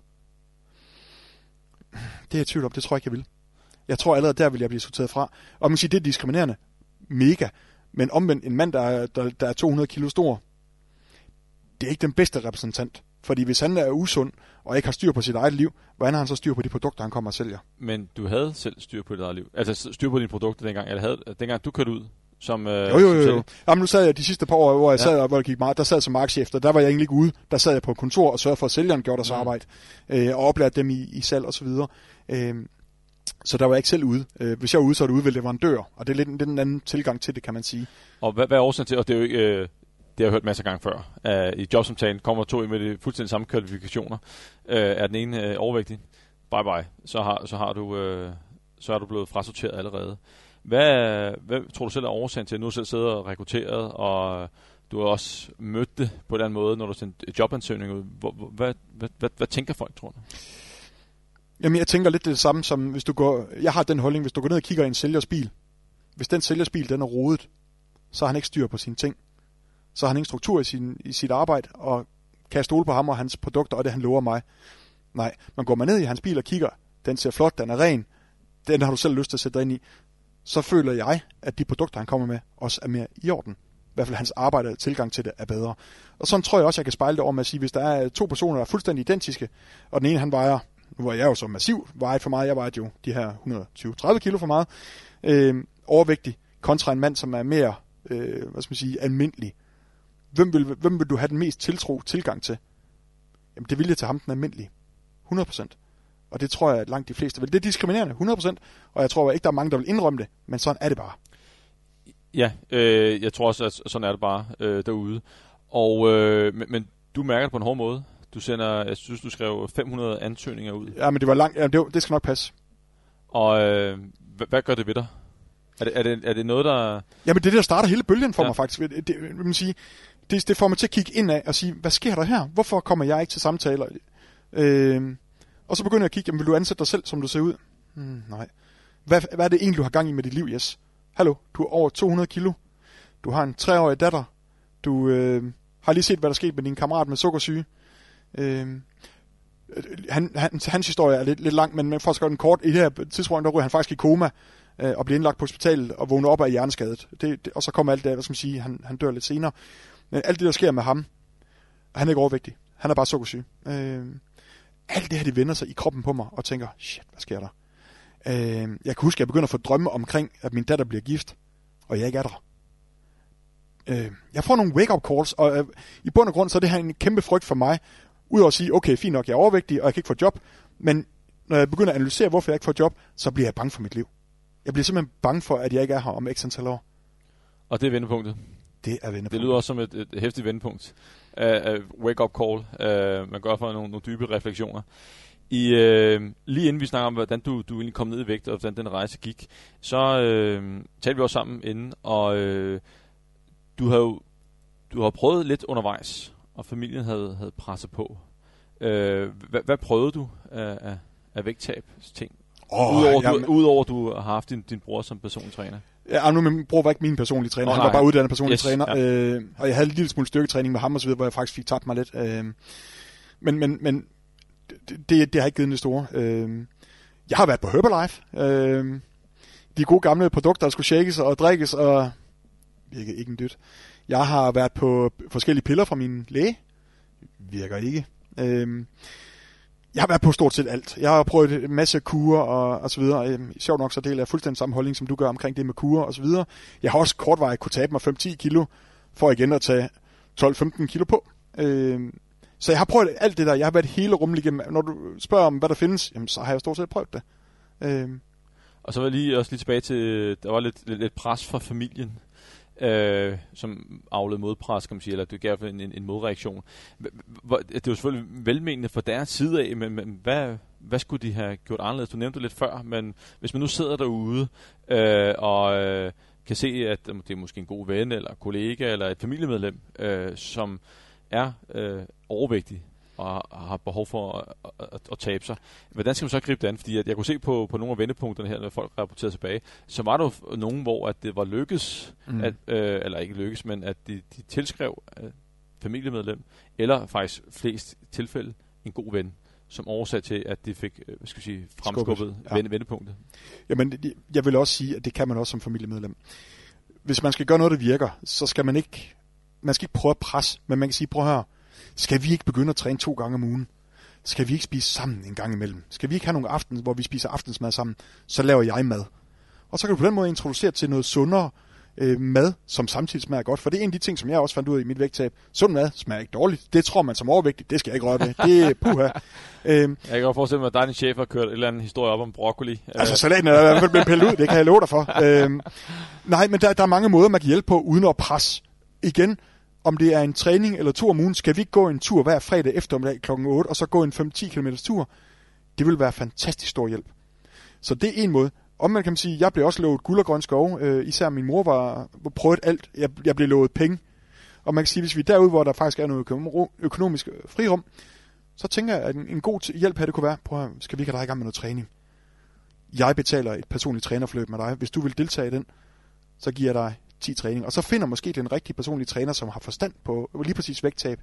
Det er jeg tvivl om, det tror jeg ikke, jeg vil. Jeg tror allerede der vil jeg blive sorteret fra. Og man siger, det er diskriminerende. Mega. Men omvendt, en mand, der er 200 kilo stor, det er ikke den bedste repræsentant. Fordi hvis han er usund og ikke har styr på sit eget liv, hvordan har han så styr på de produkter, han kommer og sælger? Men du havde selv styr på dit eget liv? Altså styr på dine produkter dengang? Eller dengang du kørte ud? Som, jo. Jamen, nu sad jeg de sidste par år, hvor jeg sad og hvor jeg gik meget, der sad som markedschef, der var jeg egentlig ikke ude. Der sad jeg på et kontor og sørgede for, at sælgeren gjorde deres arbejde, og oplærte dem i salg og så videre. Så der var jeg ikke selv ude. Hvis jeg var ude, så er det ude ved leverandør, og det er lidt en anden tilgang til det, kan man sige. Og hvad er årsagen til, og det er jo ikke, det har jeg hørt masser af gange før, i jobsamtalen kommer 2 med de fuldstændig samme kvalifikationer. Er den ene overvægtig? Bye. Så er du blevet frasorteret allerede. Hvad tror du selv er årsagen til, at nu selv sidder og rekrutteret, og du har også mødt det på den måde, når du sendte jobansøgning ud? Hvad tænker folk, tror du? Jamen, jeg tænker lidt det samme som, hvis du går... Jeg har den holdning, hvis du går ned og kigger i en sælgers bil. Hvis den sælgers bil, den er rodet, så har han ikke styr på sine ting. Så har han ingen struktur i sit arbejde, og kan jeg stole på ham og hans produkter, og det han lover mig. Nej, man går ned i hans bil og kigger, den ser flot, den er ren, den har du selv lyst til at sætte dig ind i. Så føler jeg, at de produkter, han kommer med, også er mere i orden. I hvert fald hans arbejde og tilgang til det er bedre. Og sådan tror jeg også, jeg kan spejle det over med at sige, hvis der er 2 personer, der er fuldstændig identiske, og den ene han vejer, nu var jeg jo så massiv, vejet for meget, jeg vejede jo de her 120-30 kilo for meget, overvægtig, kontra en mand, som er mere, almindelig. Hvem vil du have den mest tilgang til? Jamen det vil jeg til ham, den almindelige. 100%. Og det tror jeg, at langt de fleste vil. Det er diskriminerende, 100%. Og jeg tror ikke, der er mange, der vil indrømme det. Men sådan er det bare. Ja, jeg tror også, at sådan er det bare derude. Og, men du mærker det på en hård måde. Du sender, jeg synes, du skrev 500 ansøgninger ud. Ja, men det var langt. Ja, det skal nok passe. Og hvad gør det ved dig? Er det noget, der... Jamen det der starter hele bølgen for mig faktisk. Det vil man sige, det får mig til at kigge indad og sige, hvad sker der her? Hvorfor kommer jeg ikke til samtaler? Og så begynder jeg at kigge, jamen vil du ansætte dig selv, som du ser ud? Nej. Hvad er det egentlig, du har gang i med dit liv, Jes? Hallo, du er over 200 kilo. Du har en 3-årig datter. Du har lige set, hvad der skete med din kammerat med sukkersyge. Hans historie er lidt lang, men for at skrive den kort, i det her tidspunkt, der ryger han faktisk i koma og bliver indlagt på hospitalet og vågner op af hjerneskadet. Og så kommer alt det, hvad skal man sige, han dør lidt senere. Men alt det, der sker med ham, han er ikke overvægtig. Han er bare sukkersyg. Alt det her, det vender sig i kroppen på mig og tænker, shit, hvad sker der? Jeg kan huske, at jeg begynder at få drømme omkring, at min datter bliver gift, og jeg ikke er der. Jeg får nogle wake-up calls, og i bund og grund, så er det her en kæmpe frygt for mig, udover at sige, okay, fint nok, jeg er overvægtig, og jeg kan ikke få job, men når jeg begynder at analysere, hvorfor jeg ikke får job, så bliver jeg bange for mit liv. Jeg bliver simpelthen bange for, at jeg ikke er her om x antal år. Og det er vendepunktet? Det er vendepunktet. Det lyder også som et hæftigt vendepunkt. Wake-up call. Man gør for nogle dybe refleksioner. Lige inden vi snakker om, hvordan du egentlig kom ned i vægt, og hvordan den rejse gik, så talte vi også sammen inden, og du har prøvet lidt undervejs, og familien havde presset på. Hvad prøvede du af vægttabsting? Udover du har haft din bror som personlig træner. Ja, nu min bror var ikke min personlige træner. Han var bare uddannet personlig træner. Ja. Og jeg havde en lille smule styrketræning med ham og så videre, hvor jeg faktisk fik tabt mig lidt. Men det har ikke givet det store. Jeg har været på Herbalife. De gode gamle produkter, der skulle shakes og drikkes, og virker ikke en dyt. Jeg har været på forskellige piller fra min læge. Virker ikke. Jeg har været på stort set alt. Jeg har prøvet en masse kurer og så videre. Sjovt nok så deler jeg fuldstændig samme holdning, som du gør omkring det med kurer og så videre. Jeg har også kortvarigt kunne tabe mig 5-10 kilo, for igen at tage 12-15 kilo på. Så jeg har prøvet alt det der. Jeg har været hele rummet igennem. Når du spørger om, hvad der findes, jamen, så har jeg stort set prøvet det. Og så var jeg også lige tilbage til, der var lidt pres fra familien, som aflede modpres, kan man sige, eller det gav en modreaktion. Det er jo selvfølgelig velmenende fra deres side af, men hvad skulle de have gjort anderledes? Du nævnte det lidt før, men hvis man nu sidder derude og kan se, at det er måske en god ven, eller kollega, eller et familiemedlem, som er overvægtig og har behov for at tabe sig. Hvordan skal man så gribe det an? Fordi jeg kunne se på nogle af vendepunkterne her, når folk rapporterede tilbage, så var der jo nogen, hvor at det var lykkes, eller ikke lykkes, men at de tilskrev familiemedlem, eller faktisk flest tilfælde, en god ven, som årsag til, at de fik fremskubbet vendepunktet. Jamen, jeg vil også sige, at det kan man også som familiemedlem. Hvis man skal gøre noget, der virker, så skal man ikke prøve at presse, men man kan sige, prøv at høre, skal vi ikke begynde at træne 2 gange om ugen? Skal vi ikke spise sammen en gang imellem? Skal vi ikke have nogle aften, hvor vi spiser aftensmad sammen? Så laver jeg mad. Og så kan du på den måde introducere til noget sundere mad, som samtidig smager godt. For det er en af de ting, som jeg også fandt ud af i mit vægttab. Sund mad smager ikke dårligt. Det tror man som overvægtig. Det skal jeg ikke røre ved. Det er puha. Jeg kan godt forestille mig, at dig og din chef har kørt et eller andet historie op om broccoli. Altså salaten er i hvert fald blevet pillet ud. Det kan jeg love dig for. Nej, men der er mange måder, man kan hjælpe på, uden at presse. Igen, om det er en træning eller 2 om ugen, skal vi ikke gå en tur hver fredag eftermiddag kl. 8, og så gå en 5-10 km tur. Det vil være fantastisk stor hjælp. Så det er en måde. Om man kan sige, jeg blev også lovet guld og grøn skov. Især min mor var prøvet alt. Jeg blev lovet penge. Og man kan sige, hvis vi er derude, hvor der faktisk er noget økonomisk frirum, så tænker jeg, at en god hjælp her, det kunne være, prøv at, skal vi ikke have dig i gang med noget træning? Jeg betaler et personligt trænerforløb med dig. Hvis du vil deltage i den, så giver jeg dig 10 træninger. Og så finder måske den rigtige personlige træner, som har forstand på lige præcis vægttab.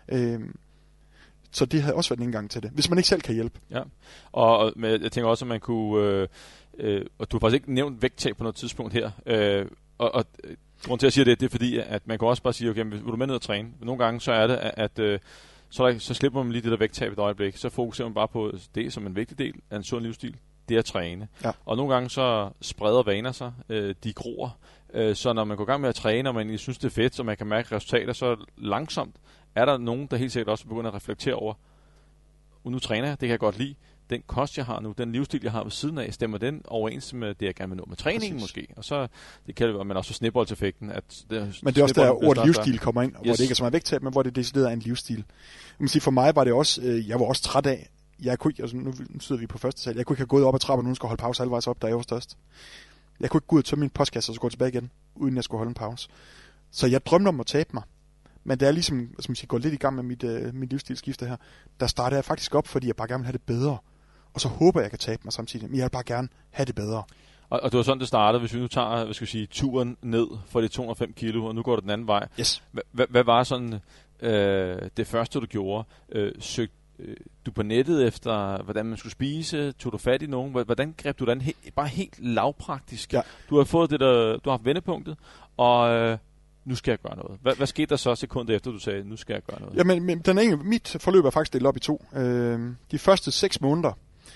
Så det havde også været en indgang til det, hvis man ikke selv kan hjælpe. Ja, og jeg tænker også, at man kunne... og du har faktisk ikke nævnt vægttab på noget tidspunkt her. Og grunden til, at jeg siger det, det er fordi, at man kan også bare sige, okay, hvis du er med ned og træne. Nogle gange så er det, at så slipper man lige det der vægttab et øjeblik. Så fokuserer man bare på det som en vigtig del af en sund livsstil. Det er at træne. Ja. Og nogle gange så spreder vaner sig. De gror. Så når man går i gang med at træne, og man synes, det er fedt, og man kan mærke resultater, så langsomt er der nogen, der helt sikkert også begynder at reflektere over, nu træner jeg, det kan jeg godt lide. Den kost, jeg har nu, den livsstil, jeg har ved siden af, stemmer den overens med det, jeg gerne vil nå med træningen måske. Og så, det kan det være, men også snibboldseffekten. Men det er også der, ordet livsstil kommer ind, hvor det ikke er så meget vægttab, men hvor det decideret er en livsstil. Jeg må sige, for mig var det også, jeg var også træt af, jeg kunne ikke, altså nu sidder vi på første sal, jeg kunne ikke have gået op ad trappen, og nu skal holde pause halvvejs op, da jeg var størst. Jeg kunne ikke gå ud og tømme min postkasse, og så gå tilbage igen, uden jeg skulle holde en pause. Så jeg drømte om at tabe mig. Men da jeg ligesom, gået lidt i gang med mit livsstilskifte her, der startede jeg faktisk op, fordi jeg bare gerne ville have det bedre. og så håber jeg kan tabe mig samtidig. Men jeg vil bare gerne have det bedre. Og det var sådan, det startede, hvis vi nu tager, hvad skal vi sige, turen ned for de 205 kilo, og nu går det den anden vej. Yes. Hvad var sådan det første, du gjorde? Søgte du på nettet efter, hvordan man skulle spise? Tog du fat i nogen? Hvordan greb du den bare helt lavpraktisk? Ja. Du har fået det der, du har haft vendepunktet, og nu skal jeg gøre noget. Hvad skete der så sekundet efter, du sagde, nu skal jeg gøre noget? Jamen, mit forløb er faktisk delt op i 2. De første 6 måneder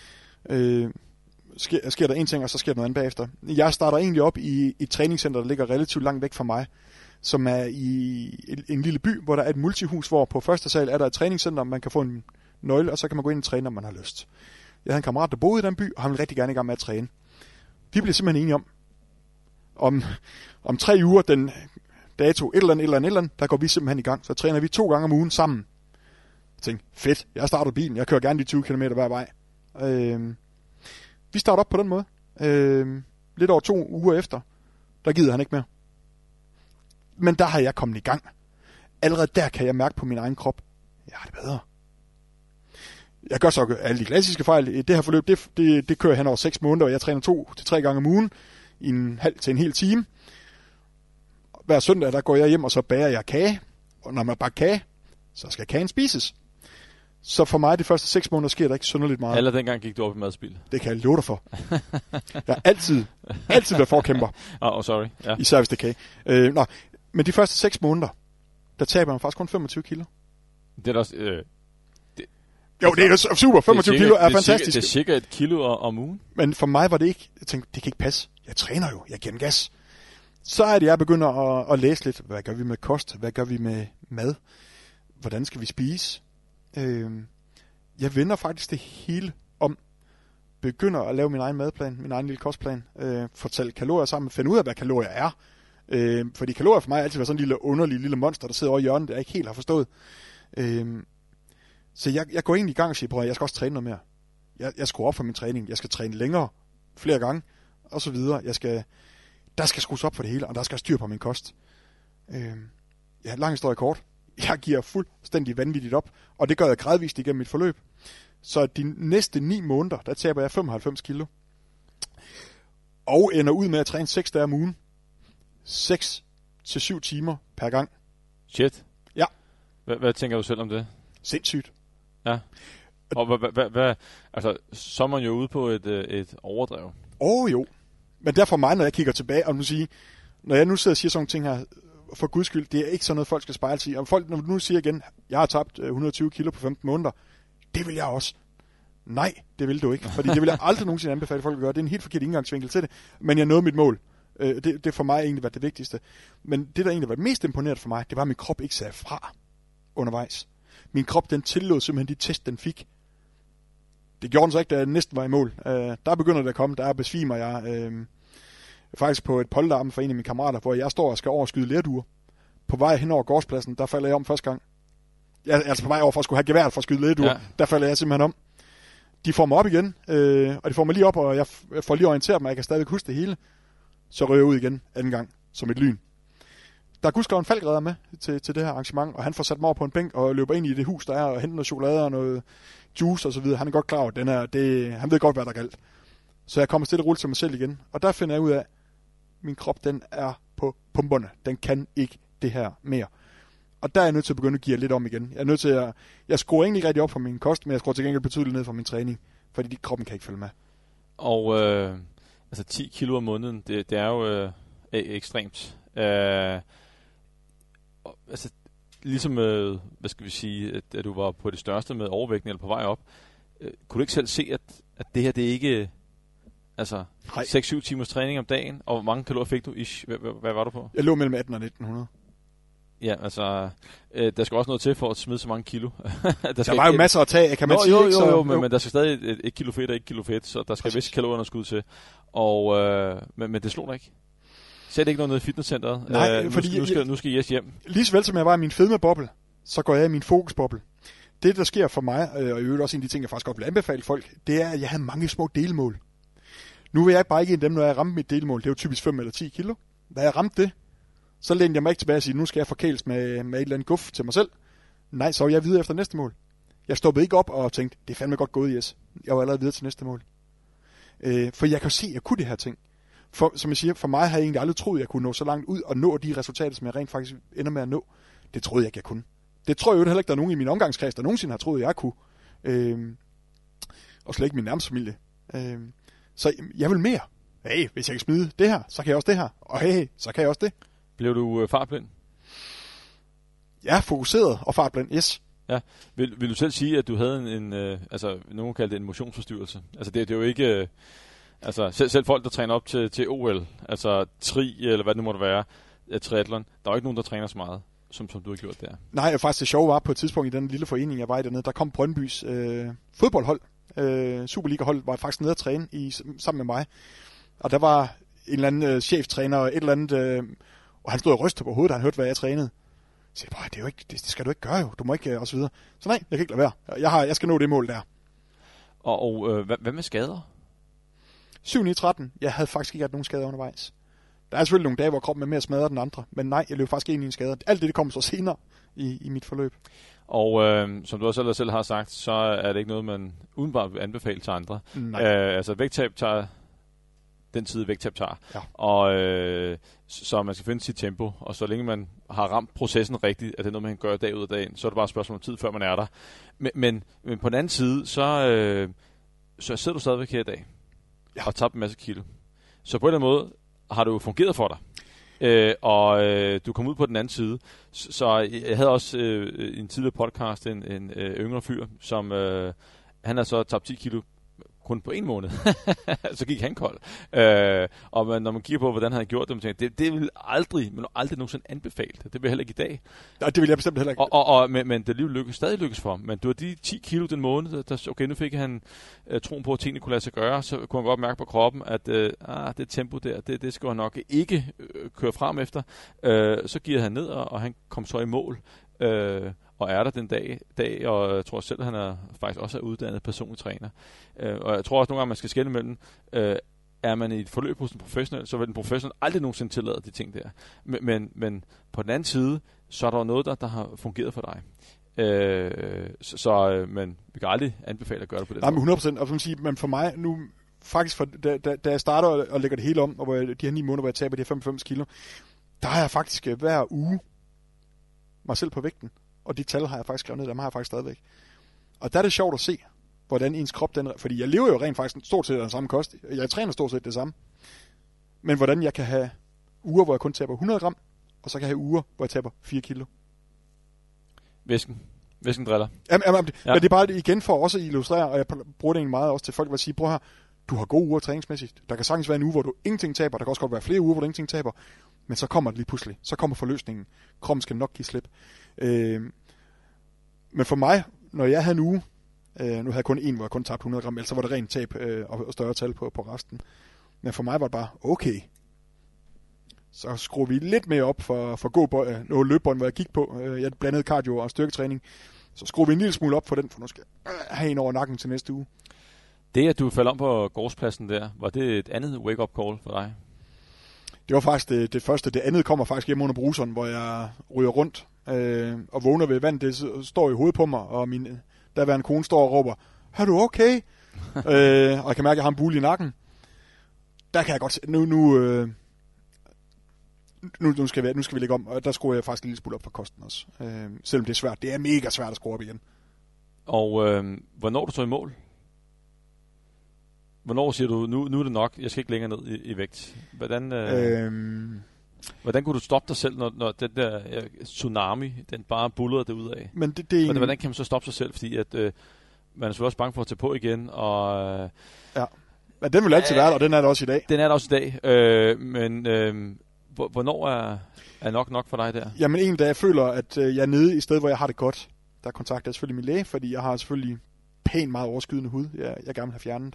sker der en ting, og så sker der noget andet bagefter. Jeg starter egentlig op i et træningscenter, der ligger relativt langt væk fra mig, som er i en lille by, hvor der er et multihus, hvor på første sal er der et træningscenter, man kan få en nøgle, og så kan man gå ind og træne, når man har lyst. Jeg havde en kammerat, der boede i den by, og han ville rigtig gerne i gang med at træne. Vi blev simpelthen enige om 3 uger, den dato, et eller andet, der går vi simpelthen i gang. Så træner vi 2 gange om ugen sammen. Jeg tænkte, fedt, jeg starter bilen, jeg kører gerne de 20 km hver vej. Vi starter op på den måde. Lidt over 2 uger efter, der gider han ikke mere. Men der har jeg kommet i gang. Allerede der kan jeg mærke på min egen krop, jeg har det bedre. Jeg gør så alle de klassiske fejl. Det her forløb, det kører hen over 6 måneder, og jeg træner 2 til 3 gange om ugen i en halv til en hel time. Hver søndag, der går jeg hjem, og så bager jeg kage. Og når man bager kage, så skal kagen spises. Så for mig, de første 6 måneder, sker der ikke synderligt meget. Eller dengang gik du op i madspil. Det kan jeg love dig for. Jeg har altid været forkæmper. Sorry. Ja. Især hvis det er kage. Men de første 6 måneder, der taber man faktisk kun 25 kilo. Det er da også... Jo, det er super. 25 kilo er fantastisk. Det er cirka 1 kilo om ugen. Men for mig var det ikke... Jeg tænkte, det kan ikke passe. Jeg træner jo. Jeg giver den gas. Så er det, jeg begynder at læse lidt. Hvad gør vi med kost? Hvad gør vi med mad? Hvordan skal vi spise? Jeg vender faktisk det hele om. Begynder at lave min egen madplan, min egen lille kostplan. Fortælle kalorier sammen. Finde ud af, hvad kalorier er. Fordi kalorier for mig har altid været sådan en lille underlig lille monster, der sidder over i hjørnet, det jeg ikke helt har forstået. Så jeg går egentlig i gang og siger, prøv at jeg skal også træne noget mere. Jeg skruer op for min træning. Jeg skal træne længere, flere gange, og så videre. Der skal skrues op for det hele, og der skal styr på min kost. Lang historie kort. Jeg giver fuldstændig vanvittigt op, og det gør jeg gradvist igennem mit forløb. Så de næste 9 måneder, der taber jeg 95 kilo. Og ender ud med at træne 6 dage om ugen. 6 til 7 timer per gang. Shit. Ja. Hvad tænker du selv om det? Sindssygt. Ja. Og altså, så er man jo ude på et overdrev. Jo. Men derfor mig, når jeg kigger tilbage, og når jeg nu sidder og siger sådan nogle ting her, for guds skyld, det er ikke sådan noget, folk skal spejle sig i. Og folk, når du nu siger igen, jeg har tabt 120 kilo på 15 måneder, det vil jeg også. Nej, det vil du ikke, fordi det vil jeg aldrig nogensinde anbefale folk at gøre. Det er en helt forkert indgangsvinkel til det, men jeg nåede mit mål. Det for mig egentlig var det vigtigste. Men det, der egentlig var mest imponeret for mig, det var, at min krop ikke sagde fra undervejs. Min krop, den tillod simpelthen de test, den fik. Det gjorde den så ikke, da jeg næsten var i mål. Der begynder det at komme, der besvimer jeg faktisk på et polterarm for en af mine kammerater, hvor jeg står og skal overskyde lerduer. På vej hen over gårdspladsen, der falder jeg om første gang. Altså på vej over for at skulle have geværet for at skyde lerduer, ja. Der falder jeg simpelthen om. De får mig op igen, og de får mig lige op, og jeg får lige orienteret mig, jeg kan stadigvæk huske det hele. Så rører jeg ud igen anden gang, som et lyn. Der er gudskelov en falkredder med til det her arrangement, og han får sat mig over på en bænk og løber ind i det hus, der er, og henter noget chokolade og noget juice og så videre. Han er godt klar over, han ved godt, hvad der er galt. Så jeg kommer stille og roligt til mig selv igen, og der finder jeg ud af, at min krop, den er på pumperne. Den kan ikke det her mere. Og der er jeg nødt til at begynde at give lidt om igen. Jeg er nødt til jeg skruer egentlig ikke rigtig op for min kost, men jeg skruer til gengæld betydeligt ned for min træning, fordi kroppen kan ikke følge med. Og altså 10 kilo om måneden, det er jo ekstremt. Altså ligesom, hvad skal vi sige, at du var på det største med overvægten eller på vej op, kunne du ikke selv se, at det her, det er ikke, altså 6-7 timers træning om dagen, og hvor mange kalorier fik du? Hvad var du på? Jeg lå mellem 18 og 1900. Ja, altså, der skal også noget til for at smide så mange kilo. der var jo masser at tage, kan man sige. Jo, men der skal stadig 1 kilo fedt og 1 kilo fedt, så der skal vist kalorieunderskud til. Og, men det slog dig ikke? Ser det ikke noget i fitnesscenteret? Nej, fordi nu skal Jes hjem. Lige så vel som jeg var i min fedmeboble, så går jeg i min fokusboble. Det, der sker for mig, og i øvrigt også en af de ting, jeg faktisk godt vil anbefale folk, det er, at jeg havde mange små delmål. Nu vil jeg bare ikke en af dem, når jeg ramte mit delmål. Det er jo typisk 5 eller 10 kilo. Da jeg ramte det, så lænede jeg mig ikke tilbage og sige, nu skal jeg forkæles med et eller andet guf til mig selv. Nej, så er jeg videre efter næste mål. Jeg stoppede ikke op og tænkte, det er fandme godt gået, Jes. Jeg var allerede videre til næste mål. For jeg kan se, at jeg kunne det her ting. Som jeg siger, for mig har jeg egentlig aldrig troet, at jeg kunne nå så langt ud og nå de resultater, som jeg rent faktisk ender med at nå. Det troede jeg ikke, jeg kunne. Det tror jeg jo heller ikke, der er nogen i min omgangskreds, der nogensinde har troet, jeg kunne. Og slet ikke min nærmeste familie. Så jeg vil mere. Hey, hvis jeg kan smide det her, så kan jeg også det her. Og hey, så kan jeg også det. Blev du fartblind? Ja, fokuseret og fartblind, yes. Ja. Vil du selv sige, at du havde en altså nogen kalder det en motionsforstyrrelse? Altså det er jo ikke altså selv folk der træner op til OL, altså tri eller hvad det nu måtte være, triathlon, der er jo ikke nogen der træner så meget som du har gjort der. Nej, faktisk det sjove var på et tidspunkt i den lille forening jeg var i dernede, der kom Brøndbys fodboldhold, Superliga-hold var faktisk nede at træne sammen med mig. Og der var en eller anden cheftræner og et eller andet og han stod og rystede på hovedet, da han hørte hvad jeg trænede. Så jeg det er jo ikke, det skal du ikke gøre jo, du må ikke, og så videre. Så nej, jeg kan ikke lade være. Jeg skal nå det mål der. Og hvad med skader? 7-9-13, jeg havde faktisk ikke haft nogen skader undervejs. Der er selvfølgelig nogle dage, hvor kroppen er mere smadret end andre, men nej, jeg løb faktisk ind i en skade. Alt det kommer så senere i mit forløb. Og som du også selv har sagt, så er det ikke noget, man udenbart vil anbefale til andre. Altså vægttab tager den tid vægttab tager. Ja. Og så man skal finde sit tempo, og så længe man har ramt processen rigtigt, at det er noget, man kan gøre dag ud af dagen, så er det bare et spørgsmål om tid, før man er der. Men på den anden side, så sidder du stadigvæk her i dag, og tabt en masse kilo. Så på en eller anden måde har det jo fungeret for dig. Og du kom ud på den anden side. Så jeg havde også en tidligere podcast, en yngre fyr, som han har så tabt 10 kilo kun på en måned. Så gik han kold. Og når man kigger på, hvordan han har gjort det, man tænker, det vil aldrig nogensinde anbefale det. Det vil heller ikke i dag. Nej, det vil jeg bestemt heller ikke. Men det stadig lykkes for ham. Men du har de 10 kilo den måned, okay, nu fik han troen på, at tingene kunne lade sig gøre, så kunne han godt mærke på kroppen, at det tempo der, det skal han nok ikke køre frem efter. Så giver han ned, og han kom så i mål. Og er der den dag, og jeg tror selv, at han faktisk også er uddannet personlig træner. Og jeg tror også nogle gange, man skal skelne mellem, er man i et forløb hos en professionel, så vil den professionel aldrig nogensinde tillade de ting der. Men på den anden side, så er der noget, der har fungeret for dig. Men vi kan aldrig anbefale at gøre det på den måde. Nej, men 100%. Og som sige, men for mig nu, faktisk da jeg starter og lægger det hele om, og hvor de her 9 måneder, hvor jeg taber de her 95 kilo, der har jeg faktisk hver uge mig selv på vægten. Og de tal har jeg faktisk skrevet ned, dem har jeg faktisk stadigvæk. Og der er det sjovt at se, hvordan ens krop, fordi jeg lever jo rent faktisk stort set af den samme kost. Jeg træner stort set det samme. Men hvordan jeg kan have uger, hvor jeg kun taber 100 gram, og så kan jeg have uger, hvor jeg taber 4 kilo. Væsken driller. Men det er bare igen for også at illustrere, og jeg bruger det egentlig meget også til folk, der siger, prøv her, du har gode uger træningsmæssigt. Der kan sagtens være en uge, hvor du ingenting taber. Der kan også godt være flere uger, hvor du ingenting taber. Men så kommer det lige pludselig. Så kommer forløsningen. Kroppen skal nok give slip. Men for mig, når jeg havde en uge, nu havde jeg kun en, hvor jeg kun tabte 100 gram, ellers så var det rent tab og større tal på resten. Men for mig var det bare, okay, så skruer vi lidt mere op for løbebånd, hvor jeg gik på. Jeg blandede cardio og styrketræning. Så skruer vi en lille smule op for den, for nu skal jeg have en over nakken til næste uge. Det, at du faldt om på gårdspladsen der, var det et andet wake-up call for dig? Det var faktisk det første. Det andet kommer faktisk hjemme under bruseren, hvor jeg ryger rundt og vågner ved vand. Det står i hovedet på mig, og min daværende kone står og råber, er du okay? Og jeg kan mærke, at jeg har en bule i nakken. Der kan jeg godt se, nu skal vi lægge om, og der skruer jeg faktisk en lille smule op for kosten også. Selvom det er svært. Det er mega svært at skrue op igen. Og hvornår du så i mål? Hvornår siger du, nu er det nok, jeg skal ikke længere ned i vægt? Hvordan kunne du stoppe dig selv, når den der tsunami, den bare bullerede det ud af? Men hvordan kan man så stoppe sig selv? Fordi at, man er selvfølgelig også bange for at tage på igen. Og, ja, men den vil altid være der, og den er der også i dag. Den er der også i dag. Hvornår er nok for dig der? Jamen en dag jeg føler, at jeg er nede i et sted, hvor jeg har det godt. Der kontakter jeg selvfølgelig min læge, fordi jeg har selvfølgelig pænt meget overskydende hud, jeg gerne vil have fjernet.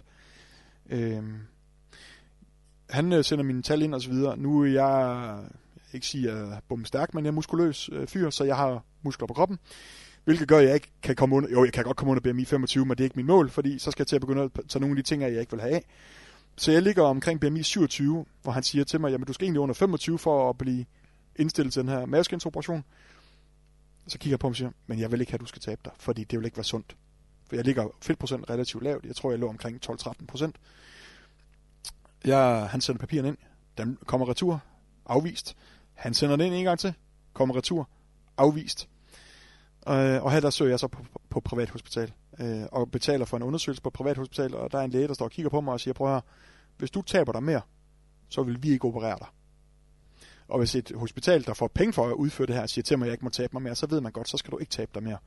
Han sender mine tal ind og så videre. Nu er jeg ikke sige, at jeg er bumstærk, men jeg er muskuløs fyr, så jeg har muskler på kroppen. Hvilket gør, at jeg ikke kan komme under. Jo, jeg kan godt komme under BMI 25, men det er ikke mit mål, fordi så skal jeg til at begynde at tage nogle af de ting, jeg ikke vil have af. Så jeg ligger omkring BMI 27, hvor han siger til mig, jamen du skal egentlig under 25 for at blive indstillet til den her maveskindsoperation. Så kigger jeg på ham og siger, men jeg vil ikke have, at du skal tabe dig, fordi det vil ikke være sundt. For jeg ligger fedtprocent relativt lavt. Jeg tror, jeg lå omkring 12-13%. Han sender papirerne ind. Den kommer retur. Afvist. Han sender den ind en gang til. Kommer retur. Afvist. Og her der søger jeg så på privathospital. Og betaler for en undersøgelse på privathospital. Og der er en læge, der står og kigger på mig og siger, prøv her, hvis du taber dig mere, så vil vi ikke operere dig. Og hvis et hospital, der får penge for at udføre det her, siger til mig, at jeg ikke må tabe mig mere, så ved man godt, så skal du ikke tabe dig mere.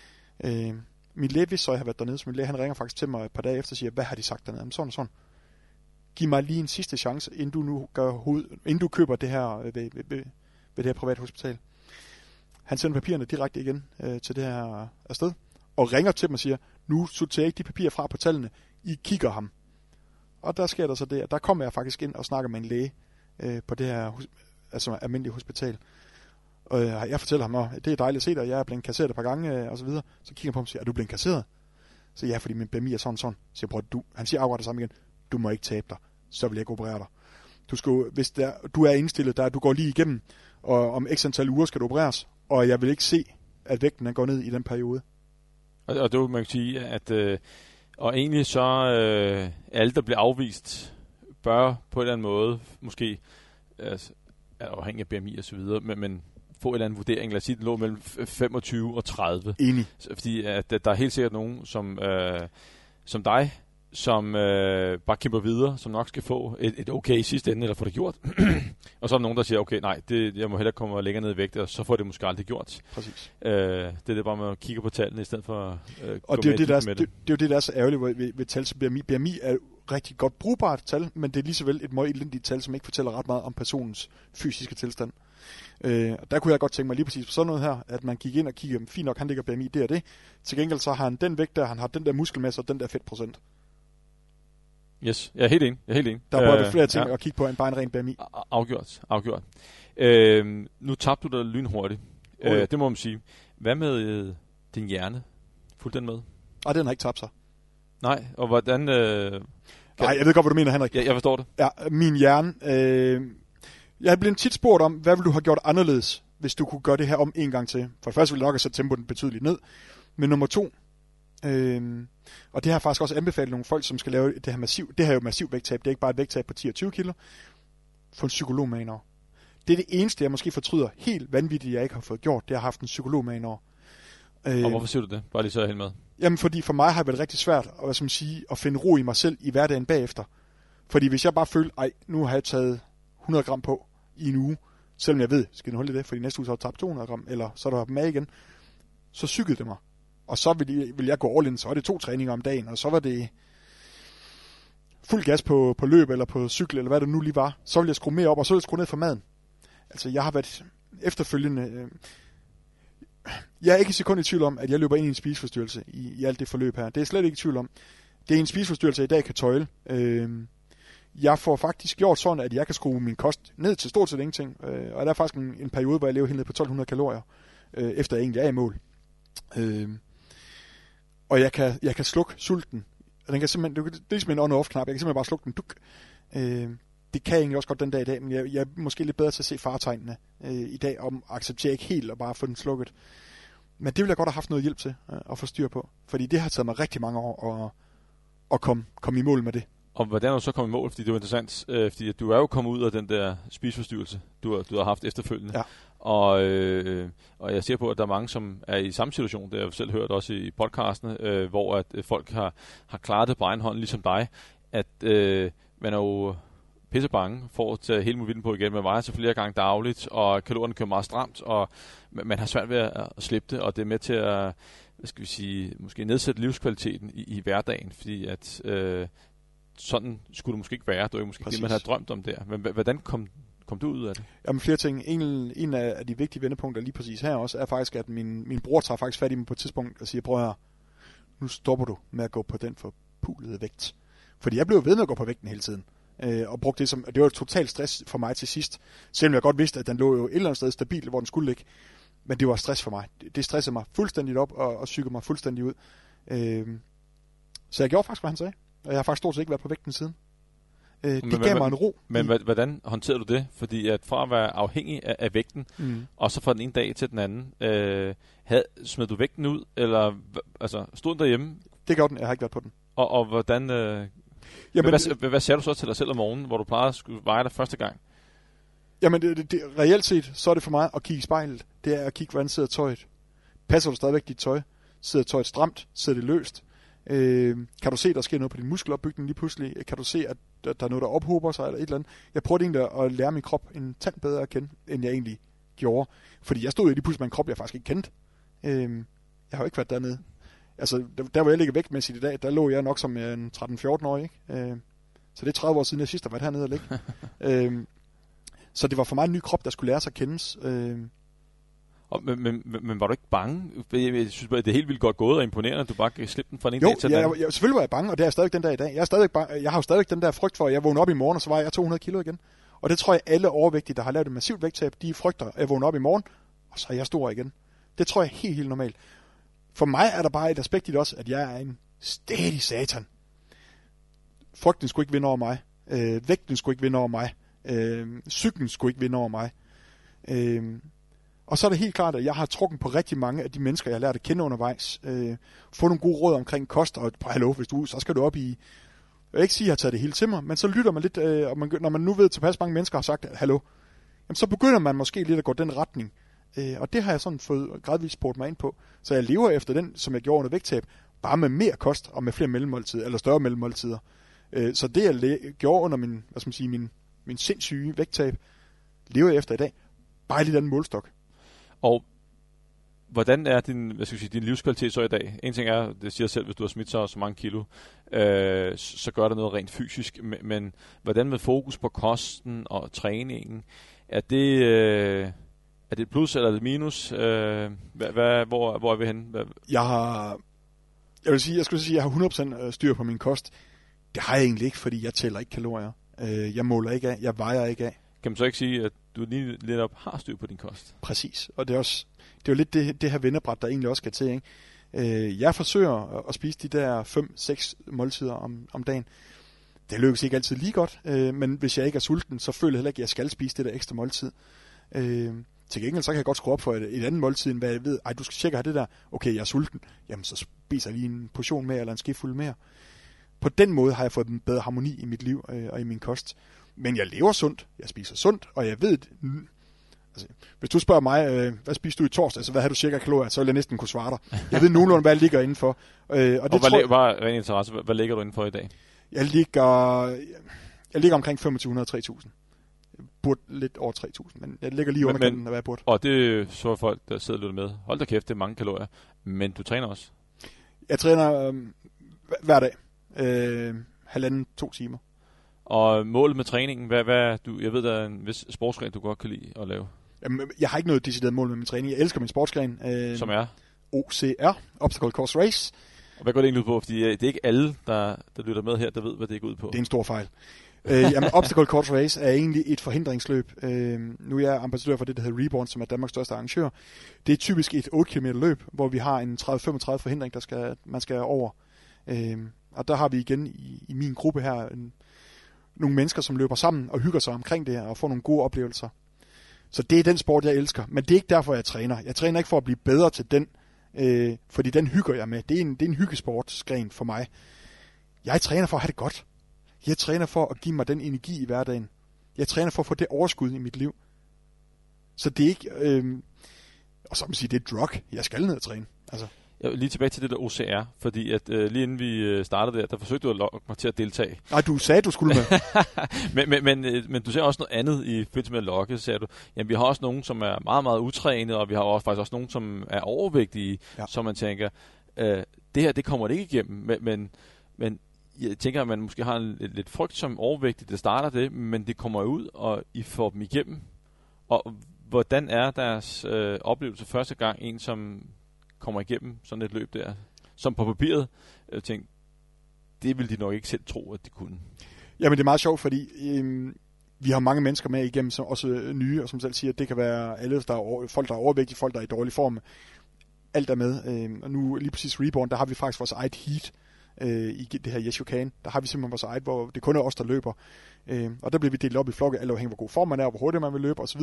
Min læge vidste så, jeg har været dernede, så min læge han ringer faktisk til mig et par dage efter og siger, hvad har de sagt dernede? Jamen, sådan og sådan. Giv mig lige en sidste chance, inden du køber det her ved det her private hospital. Han sender papirerne direkte igen til det her afsted, og ringer til dem og siger, nu sorterer jeg ikke de papirer fra på tallene, I kigger ham. Og der sker der så det, at der kommer jeg faktisk ind og snakker med en læge på det her altså almindelige hospital. Og jeg fortæller ham, at det er dejligt at se dig, jeg er blevet kasseret et par gange, og så videre. Så kigger han på ham og siger, er du blevet kasseret? Så ja, fordi min BMI er sådan. Så jeg han siger akkurat det samme igen, du må ikke tabe dig, så vil jeg ikke operere dig. Hvis du er indstillet der, du går lige igennem, og om x antal uger skal du opereres, og jeg vil ikke se, at vægten går ned i den periode. Og det man kan sige, at og egentlig så alle, der bliver afvist, bør på en eller anden måde, måske afhængig af BMI og så videre, men få en eller anden vurdering. Lad os sige, den lå mellem 25 og 30. Enig. Fordi at der er helt sikkert nogen, som dig, som bare kæmper videre, som nok skal få et okay i sidste ende, eller få det gjort. Og så er der nogen, der siger, okay, nej, jeg må hellere komme længere ned i vægt, og så får det måske aldrig gjort. Præcis. Det er det bare med at kigge på tallene, i stedet for og det er jo det, der er så ærgerligt ved tal som BMI. BMI er rigtig godt brugbart tal, men det er lige så vel et meget elendigt tal, som ikke fortæller ret meget om personens fysiske tilstand. Der kunne jeg godt tænke mig lige præcis på sådan noget her, at man gik ind og kiggede, fint nok, han ligger BMI, det er det. Til gengæld så har han den vægt der, han har den der muskelmasse og den der fedtprocent. Yes, jeg er helt enig. Der er både flere ting at kigge på, end bare en ren BMI. Afgjort. Nu tabte du dig lynhurtigt. Det må man sige. Hvad med din hjerne? Fulgte den med? Nej, den har ikke tabt sig. Nej, og hvordan... Nej, jeg ved godt, hvad du mener, Henrik. Ja, jeg forstår det. Ja, min hjerne... Jeg er blevet tit spurgt om, hvad ville du have gjort anderledes, hvis du kunne gøre det her om en gang til? For det første ville jeg nok have sat tempoet betydeligt ned. Men nummer 2... og det har jeg faktisk også anbefalet nogle folk, som skal lave det her det her er jo massiv vægttab. Det er ikke bare et vægttab på 10 og 20 kilo. Få en psykolog med ind over. Det er det eneste, jeg måske fortryder helt vanvittigt, jeg ikke har fået gjort. Det har haft en psykolog med ind over. Og hvorfor siger du det? Bare lige så helt med. Jamen, fordi for mig har det været rigtig svært at finde ro i mig selv i hverdagen bagefter. Fordi hvis jeg bare føler, nu har jeg taget 100 gram på i en uge, selvom jeg ved, skal den holde det, fordi næste uge så har jeg tabt 200 gram, eller så er der med igen, så cyklede det mig. Og så vil jeg gå all in, så er det 2 træninger om dagen, og så var det fuld gas på løb, eller på cykel, eller hvad det nu lige var. Så vil jeg skrue mere op, og så vil jeg skrue ned for maden. Altså, jeg har været efterfølgende... Jeg er ikke i sekund i tvivl om, at jeg løber ind i en spiseforstyrrelse i alt det forløb her. Det er jeg slet ikke i tvivl om. Det er en spiseforstyrrelse, jeg i dag kan tøjle. Jeg får faktisk gjort sådan, at jeg kan skrue min kost ned til stort set ingenting. Og der er faktisk en periode, hvor jeg lever helt ned på 1200 kalorier, efter jeg egentlig er i mål. Og jeg kan slukke sulten. Den kan simpelthen, det er ligesom en on-off-knap. Jeg kan simpelthen bare slukke den. Det kan jeg egentlig også godt den dag i dag, men jeg er måske lidt bedre til at se faretegnene i dag, og accepterer ikke helt at bare få den slukket. Men det vil jeg godt have haft noget hjælp til at få styr på, fordi det har taget mig rigtig mange år at komme i mål med det. Og hvordan er du så kommet i mål? Fordi det er jo interessant, fordi du er jo kommet ud af den der spiseforstyrrelse, du har haft efterfølgende. Ja. Og jeg ser på, at der er mange, som er i samme situation, det har jeg selv hørt også i podcastene, hvor at folk har klaret det på egen hånd, ligesom dig, at man er jo pisse bange for at tage hele mobilen på igen. Man vejer så flere gange dagligt, og kalorierne kører meget stramt, og man har svært ved at slippe det, og det er med til at, måske nedsætte livskvaliteten i hverdagen, fordi at sådan skulle det måske ikke være. Det var jo måske det, man havde drømt om der. Men hvordan kom du ud af det? Jamen flere ting. En af de vigtige vendepunkter lige præcis her også, er faktisk, at min bror tager faktisk fat i mig på et tidspunkt og siger, prøv her, nu stopper du med at gå på den forpulede vægt. Fordi jeg blev ved med at gå på vægten hele tiden. Og brugte det det var totalt stress for mig til sidst. Selvom jeg godt vidste, at den lå jo et eller andet sted stabilt, hvor den skulle ligge. Men det var stress for mig. Det stressede mig fuldstændigt op og psykede mig fuldstændig ud. Så jeg gjorde faktisk, hvad han sagde. Og jeg har faktisk stort set ikke været på vægten siden. Det gav mig en ro. Men hvordan håndterede du det? Fordi at fra at være afhængig af vægten, og så fra den ene dag til den anden, smed du vægten ud, eller altså, stod den derhjemme? Det gjorde den, jeg har ikke været på den. Og hvordan... hvad sagde du så til dig selv om morgenen, hvor du plejede at skulle veje dig første gang? Jamen, reelt set, så er det for mig at kigge i spejlet. Det er at kigge, hvordan sidder tøjet. Passer du stadigvæk dit tøj? Sidder tøjet stramt? Sidder det løst? Kan du se, der sker noget på din muskelopbygning lige pludselig? Kan du se, at der er noget, der ophober sig eller et eller andet? Jeg prøvede egentlig at lære min krop en tand bedre at kende, end jeg egentlig gjorde. Fordi jeg stod jo lige pludselig med en krop, jeg faktisk ikke kendte. Jeg har jo ikke været dernede. Altså, der hvor jeg ligger vægtmæssigt i dag, der lå jeg nok som en 13-14-årig, ikke? Så det er 30 år siden, jeg sidst har været hernede og ligge. Så det var for mig en ny krop, der skulle lære sig at kendes. Men var du ikke bange? Jeg synes, det er helt vildt godt gået og imponerende, at du bare kan slippe den fra den ene dag til den anden. Jo, selvfølgelig var jeg bange, og det er jeg stadig den dag i dag. Jeg har jo stadig den der frygt for, at jeg vågner op i morgen, og så vejer jeg 200 kilo igen. Og det tror jeg, alle overvægtige, der har lavet et massivt vægttab, de frygter, at jeg vågner op i morgen, og så er jeg stor igen. Det tror jeg er helt normalt. For mig er der bare et aspekt i det også, at jeg er en stædig satan. Frygten skulle ikke vinde over mig. Vægten skulle ikke vinde over mig. Cyklen skulle ikke vinde over mig. Og så er det helt klart, at jeg har trukket på rigtig mange af de mennesker, jeg har lært at kende undervejs. Få nogle gode råd omkring kost, og hallo, hvis du så skal du op i... Jeg vil ikke sige, at jeg har taget det hele til mig, men så lytter man lidt, og når man nu ved, at tilpas mange mennesker har sagt, hallo, jamen, så begynder man måske lidt at gå den retning. Og det har jeg sådan fået gradvist spurgt mig ind på. Så jeg lever efter den, som jeg gjorde under vægttab, bare med mere kost og med flere mellemmåltider, eller større mellemmåltider. Så det, jeg gjorde under min sindssyge vægttab, lever jeg efter i dag. Bare lidt anden målstok. Og hvordan er din livskvalitet så i dag? En ting er, det siger selv, hvis du har smidt så mange kilo, så gør det noget rent fysisk. Men hvordan med fokus på kosten og træningen? Er det et plus eller et minus? Hvor er vi henne? Jeg skulle sige, at jeg har 100% styr på min kost. Det har jeg egentlig ikke, fordi jeg tæller ikke kalorier. Jeg måler ikke af, jeg vejer ikke af. Kan man så ikke sige, at du lige lidt op har styr på din kost? Præcis, og det er jo lidt det her vendebræt, der egentlig også skal til, ikke? Jeg forsøger at spise de der 5-6 måltider om dagen. Det lykkes ikke altid lige godt, men hvis jeg ikke er sulten, så føler jeg heller ikke, at jeg skal spise det der ekstra måltid. Til gengæld så kan jeg godt skrue op for et andet måltid, end hvad jeg ved. Du skal tjekke have det der. Okay, jeg er sulten. Jamen, så spiser jeg lige en portion mere, eller en skefuld mere. På den måde har jeg fået en bedre harmoni i mit liv og i min kost. Men jeg lever sundt, jeg spiser sundt, og jeg ved, altså, hvis du spørger mig, hvad spiser du i torsdag, altså hvad har du cirka kalorier, så vil jeg næsten kunne svare dig. Jeg ved nogenlunde, hvad jeg ligger indenfor. Hvad ligger du indenfor i dag? Jeg ligger omkring 2500-3000. Burde lidt over 3.000, men jeg ligger lige under kanten af hvad jeg burde. Og det så folk, der sidder lidt med. Hold da kæft, det er mange kalorier. Men du træner også? Jeg træner hver dag. 1,5-2 timer. Og målet med træningen, jeg ved, der er en vis sportsgren, du godt kan lide at lave. Jamen, jeg har ikke noget decideret mål med min træning. Jeg elsker min sportsgren. Som er? OCR, Obstacle Course Race. Og hvad går det egentlig ud på? Fordi det er ikke alle, der lytter med her, der ved, hvad det går ud på. Det er en stor fejl. Jamen, Obstacle Course Race er egentlig et forhindringsløb. Nu er jeg ambassadør for det, der hedder Reborn, som er Danmarks største arrangør. Det er typisk et 8 km løb, hvor vi har en 30-35 forhindring, man skal over. Og der har vi igen i min gruppe her nogle mennesker, som løber sammen og hygger sig omkring det her og får nogle gode oplevelser. Så det er den sport, jeg elsker. Men det er ikke derfor, jeg træner. Jeg træner ikke for at blive bedre til den, fordi den hygger jeg med. Det er en hyggesportsgren for mig. Jeg træner for at have det godt. Jeg træner for at give mig den energi i hverdagen. Jeg træner for at få det overskud i mit liv. Så det er ikke... og så må man sige, det er drug. Jeg skal ned og træne. Altså. Jeg vil lige tilbage til det der OCR, fordi at lige inden vi startede der forsøgte du at lokke mig til at deltage. Nej, du sagde, du skulle med. men du sagde også noget andet i forbindelse med at lokke, sagde du. Jamen, vi har også nogen, som er meget, meget utrænede, og vi har faktisk også nogen, som er overvægtige, som man tænker, det her, det kommer det ikke igennem, men jeg tænker, at man måske har lidt frygt som overvægtig, det starter det, men det kommer ud, og I får dem igennem. Og hvordan er deres oplevelse første gang, en som kommer igennem sådan et løb der, som på papiret tænkte, det ville de nok ikke selv tro, at de kunne. Jamen det er meget sjovt, fordi vi har mange mennesker med igennem, som også nye, og som selv siger, at det kan være alle, folk der er overvægtige, folk der er i dårlig form. Alt er med. Og nu lige præcis Reborn, der har vi faktisk vores eget heat, i det her Yes You Can. Der har vi simpelthen vores eget, hvor det kun er os, der løber. Og der bliver vi delt op i flokke, alt afhængig hvor god form man er, hvor hurtigt man vil løbe osv.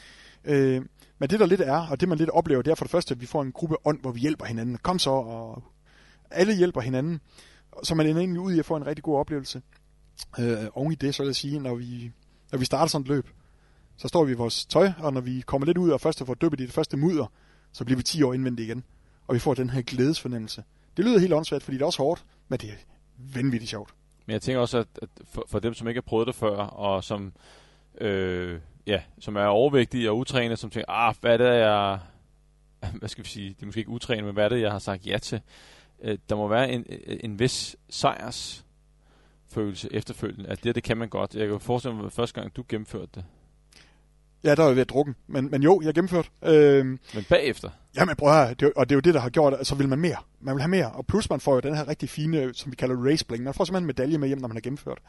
Men det der lidt er, og det man lidt oplever, det er for det første, at vi får en gruppe ånd, hvor vi hjælper hinanden. Kom så, og alle hjælper hinanden. Så man ender egentlig ud i at få en rigtig god oplevelse. Oven i det, så vil jeg sige, når vi starter sådan et løb, så står vi i vores tøj, og når vi kommer lidt ud og først får dyppet i det første mudder, så bliver vi 10 år indvendigt igen. Og vi får den her glædesfornemmelse. Det lyder helt åndssvagt, fordi det er også hårdt, men det er vanvittigt sjovt. Men jeg tænker også, at for dem, som ikke har prøvet det før, og som, som er overvægtige og utrænede, som tænker, hvad er det, jeg... Hvad skal vi sige? Det er måske ikke utrænet, men hvad er det, jeg har sagt ja til? Der må være en vis sejrsfølelse efterfølgende, at det kan man godt. Jeg kan forestille mig, at første gang, du gennemførte det. Ja, der var jeg ved at drukke. Men jo, jeg gennemførte. Men bagefter? Jamen prøv at høre, og det er jo det, der har gjort, at så vil man mere. Man vil have mere, og plus man får jo den her rigtig fine, som vi kalder race bling. Man får simpelthen en medalje med hjem, når man har gennemført.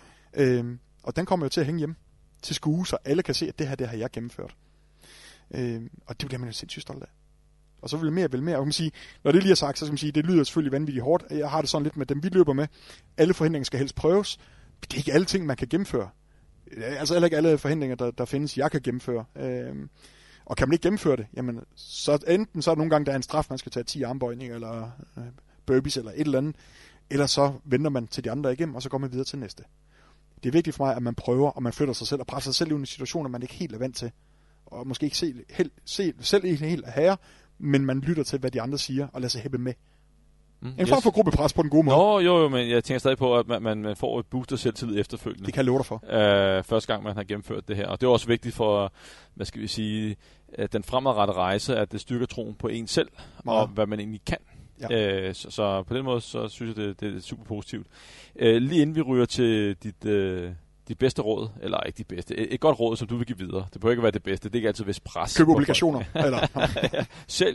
Og den kommer jo til at hænge hjem til skue, så alle kan se, at det har jeg gennemført. Og det er jo det, man er sindssygt stolt af. Og så vil mere. Og man sige, når det lige er sagt, så skal man sige, det lyder selvfølgelig vanvittigt hårdt. Jeg har det sådan lidt med dem, vi løber med. Alle forhindringer skal helst prøves. Det er ikke alle ting, man kan gennemføre. Altså heller ikke alle forhindringer, der findes, jeg kan gennemføre. Og kan man ikke gennemføre det, jamen, så enten så er der nogle gange, der er en straf, man skal tage 10 armbøjninger, eller burpees, eller et eller andet. Eller så venter man til de andre igennem, og så går man videre til næste. Det er vigtigt for mig, at man prøver, og man flytter sig selv, og presser sig selv ud i situationer, man ikke helt er vant til. Og måske ikke selv ikke helt er herre, men man lytter til, hvad de andre siger, og lader sig hæppe med. En form for gruppepres på den gode måde. Jo, men jeg tænker stadig på, at man får et boost af selvtillid efterfølgende. Det kan jeg love dig for. Første gang, man har gennemført det her. Og det er også vigtigt for, hvad skal vi sige, den fremadrettede rejse, at det styrker troen på en selv, og hvad man egentlig kan. Ja. Så på den måde, så synes jeg, det er super positivt. Lige inden vi ryger til dit bedste råd, eller ikke dit bedste, et godt råd, som du vil give videre. Det behøver ikke være det bedste, det er ikke altid vist pres. Køb obligationer, eller? Selv.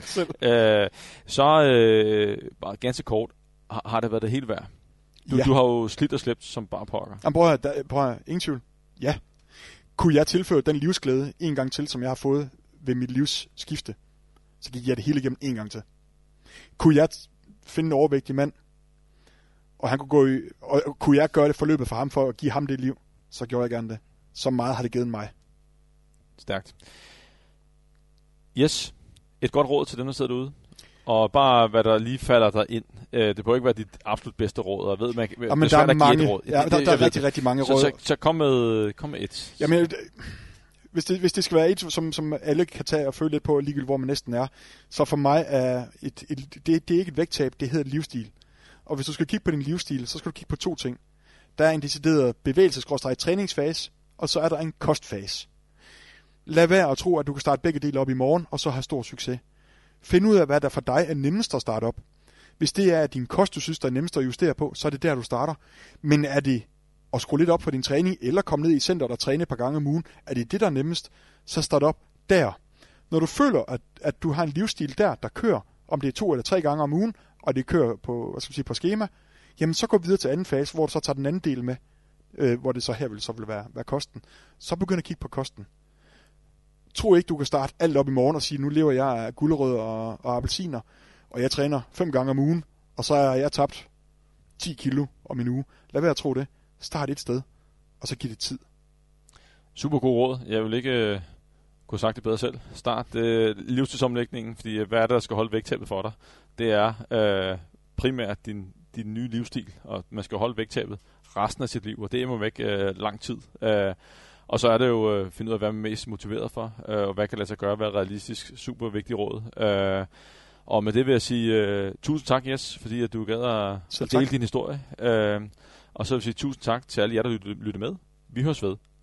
Bare ganske kort, har det været det hele værd? Du har jo slidt og slæbt som bare pokker. Jamen prøv at ingen tvivl. Ja. Kunne jeg tilføre den livsglæde en gang til, som jeg har fået ved mit livs skifte, så gik jeg det hele igennem en gang til. Kunne jeg finde en overvægtig mand, og han kunne gå i, og kunne jeg gøre det forløbet for ham, for at give ham det liv, så gjorde jeg gerne det. Så meget har det givet mig. Stærkt. Yes. Et godt råd til dem, der sidder derude. Og bare, hvad der lige falder der ind. Det bør ikke være dit absolut bedste råd. Og ved, man, men der er mange råd. Ja, der er rigtig mange råd. Så kom med et. Jamen, hvis det skal være et, som alle kan tage og føle lidt på, ligegyldigt hvor man næsten er, så for mig er det er ikke et vægttab, det hedder livsstil. Og hvis du skal kigge på din livsstil, så skal du kigge på 2 ting. Der er en decideret bevægelses-træningsfase, og så er der en kostfase. Lad være at tro, at du kan starte begge dele op i morgen, og så have stor succes. Find ud af, hvad der for dig er nemmest at starte op. Hvis det er din kost, du synes, der er nemmest at justere på, så er det der, du starter. Men er det at skrue lidt op på din træning, eller komme ned i center og træne et par gange om ugen, er det der er nemmest, så start op der. Når du føler, at du har en livsstil der kører, om det er 2 eller 3 gange om ugen, og det kører på, på skema, jamen så går vi videre til anden fase, hvor du så tager den anden del med, hvor det så her vil være kosten. Så begynd at kigge på kosten. Tro ikke, du kan starte alt op i morgen og sige, nu lever jeg af gulerødder og appelsiner, og jeg træner 5 gange om ugen, og så er jeg tabt 10 kilo om en uge. Lad være at tro det. Start et sted, og så giv det tid. Super god råd. Jeg vil ikke kunne sagt det bedre selv. Start livsstilsomlægningen, fordi hvad er det, der skal holde vægttabet for dig? Det er primært din nye livsstil, og man skal holde vægttabet resten af sit liv, og det er væk lang tid. Og så er det jo at finde ud af, hvad man er mest motiveret for, og hvad kan lade sig gøre, hvad er realistisk, super vigtig råd. Og med det vil jeg sige tusind tak, Jes, fordi at du gad at dele din historie. Og så vil jeg sige tusind tak til alle jer, der lytter med. Vi høres ved.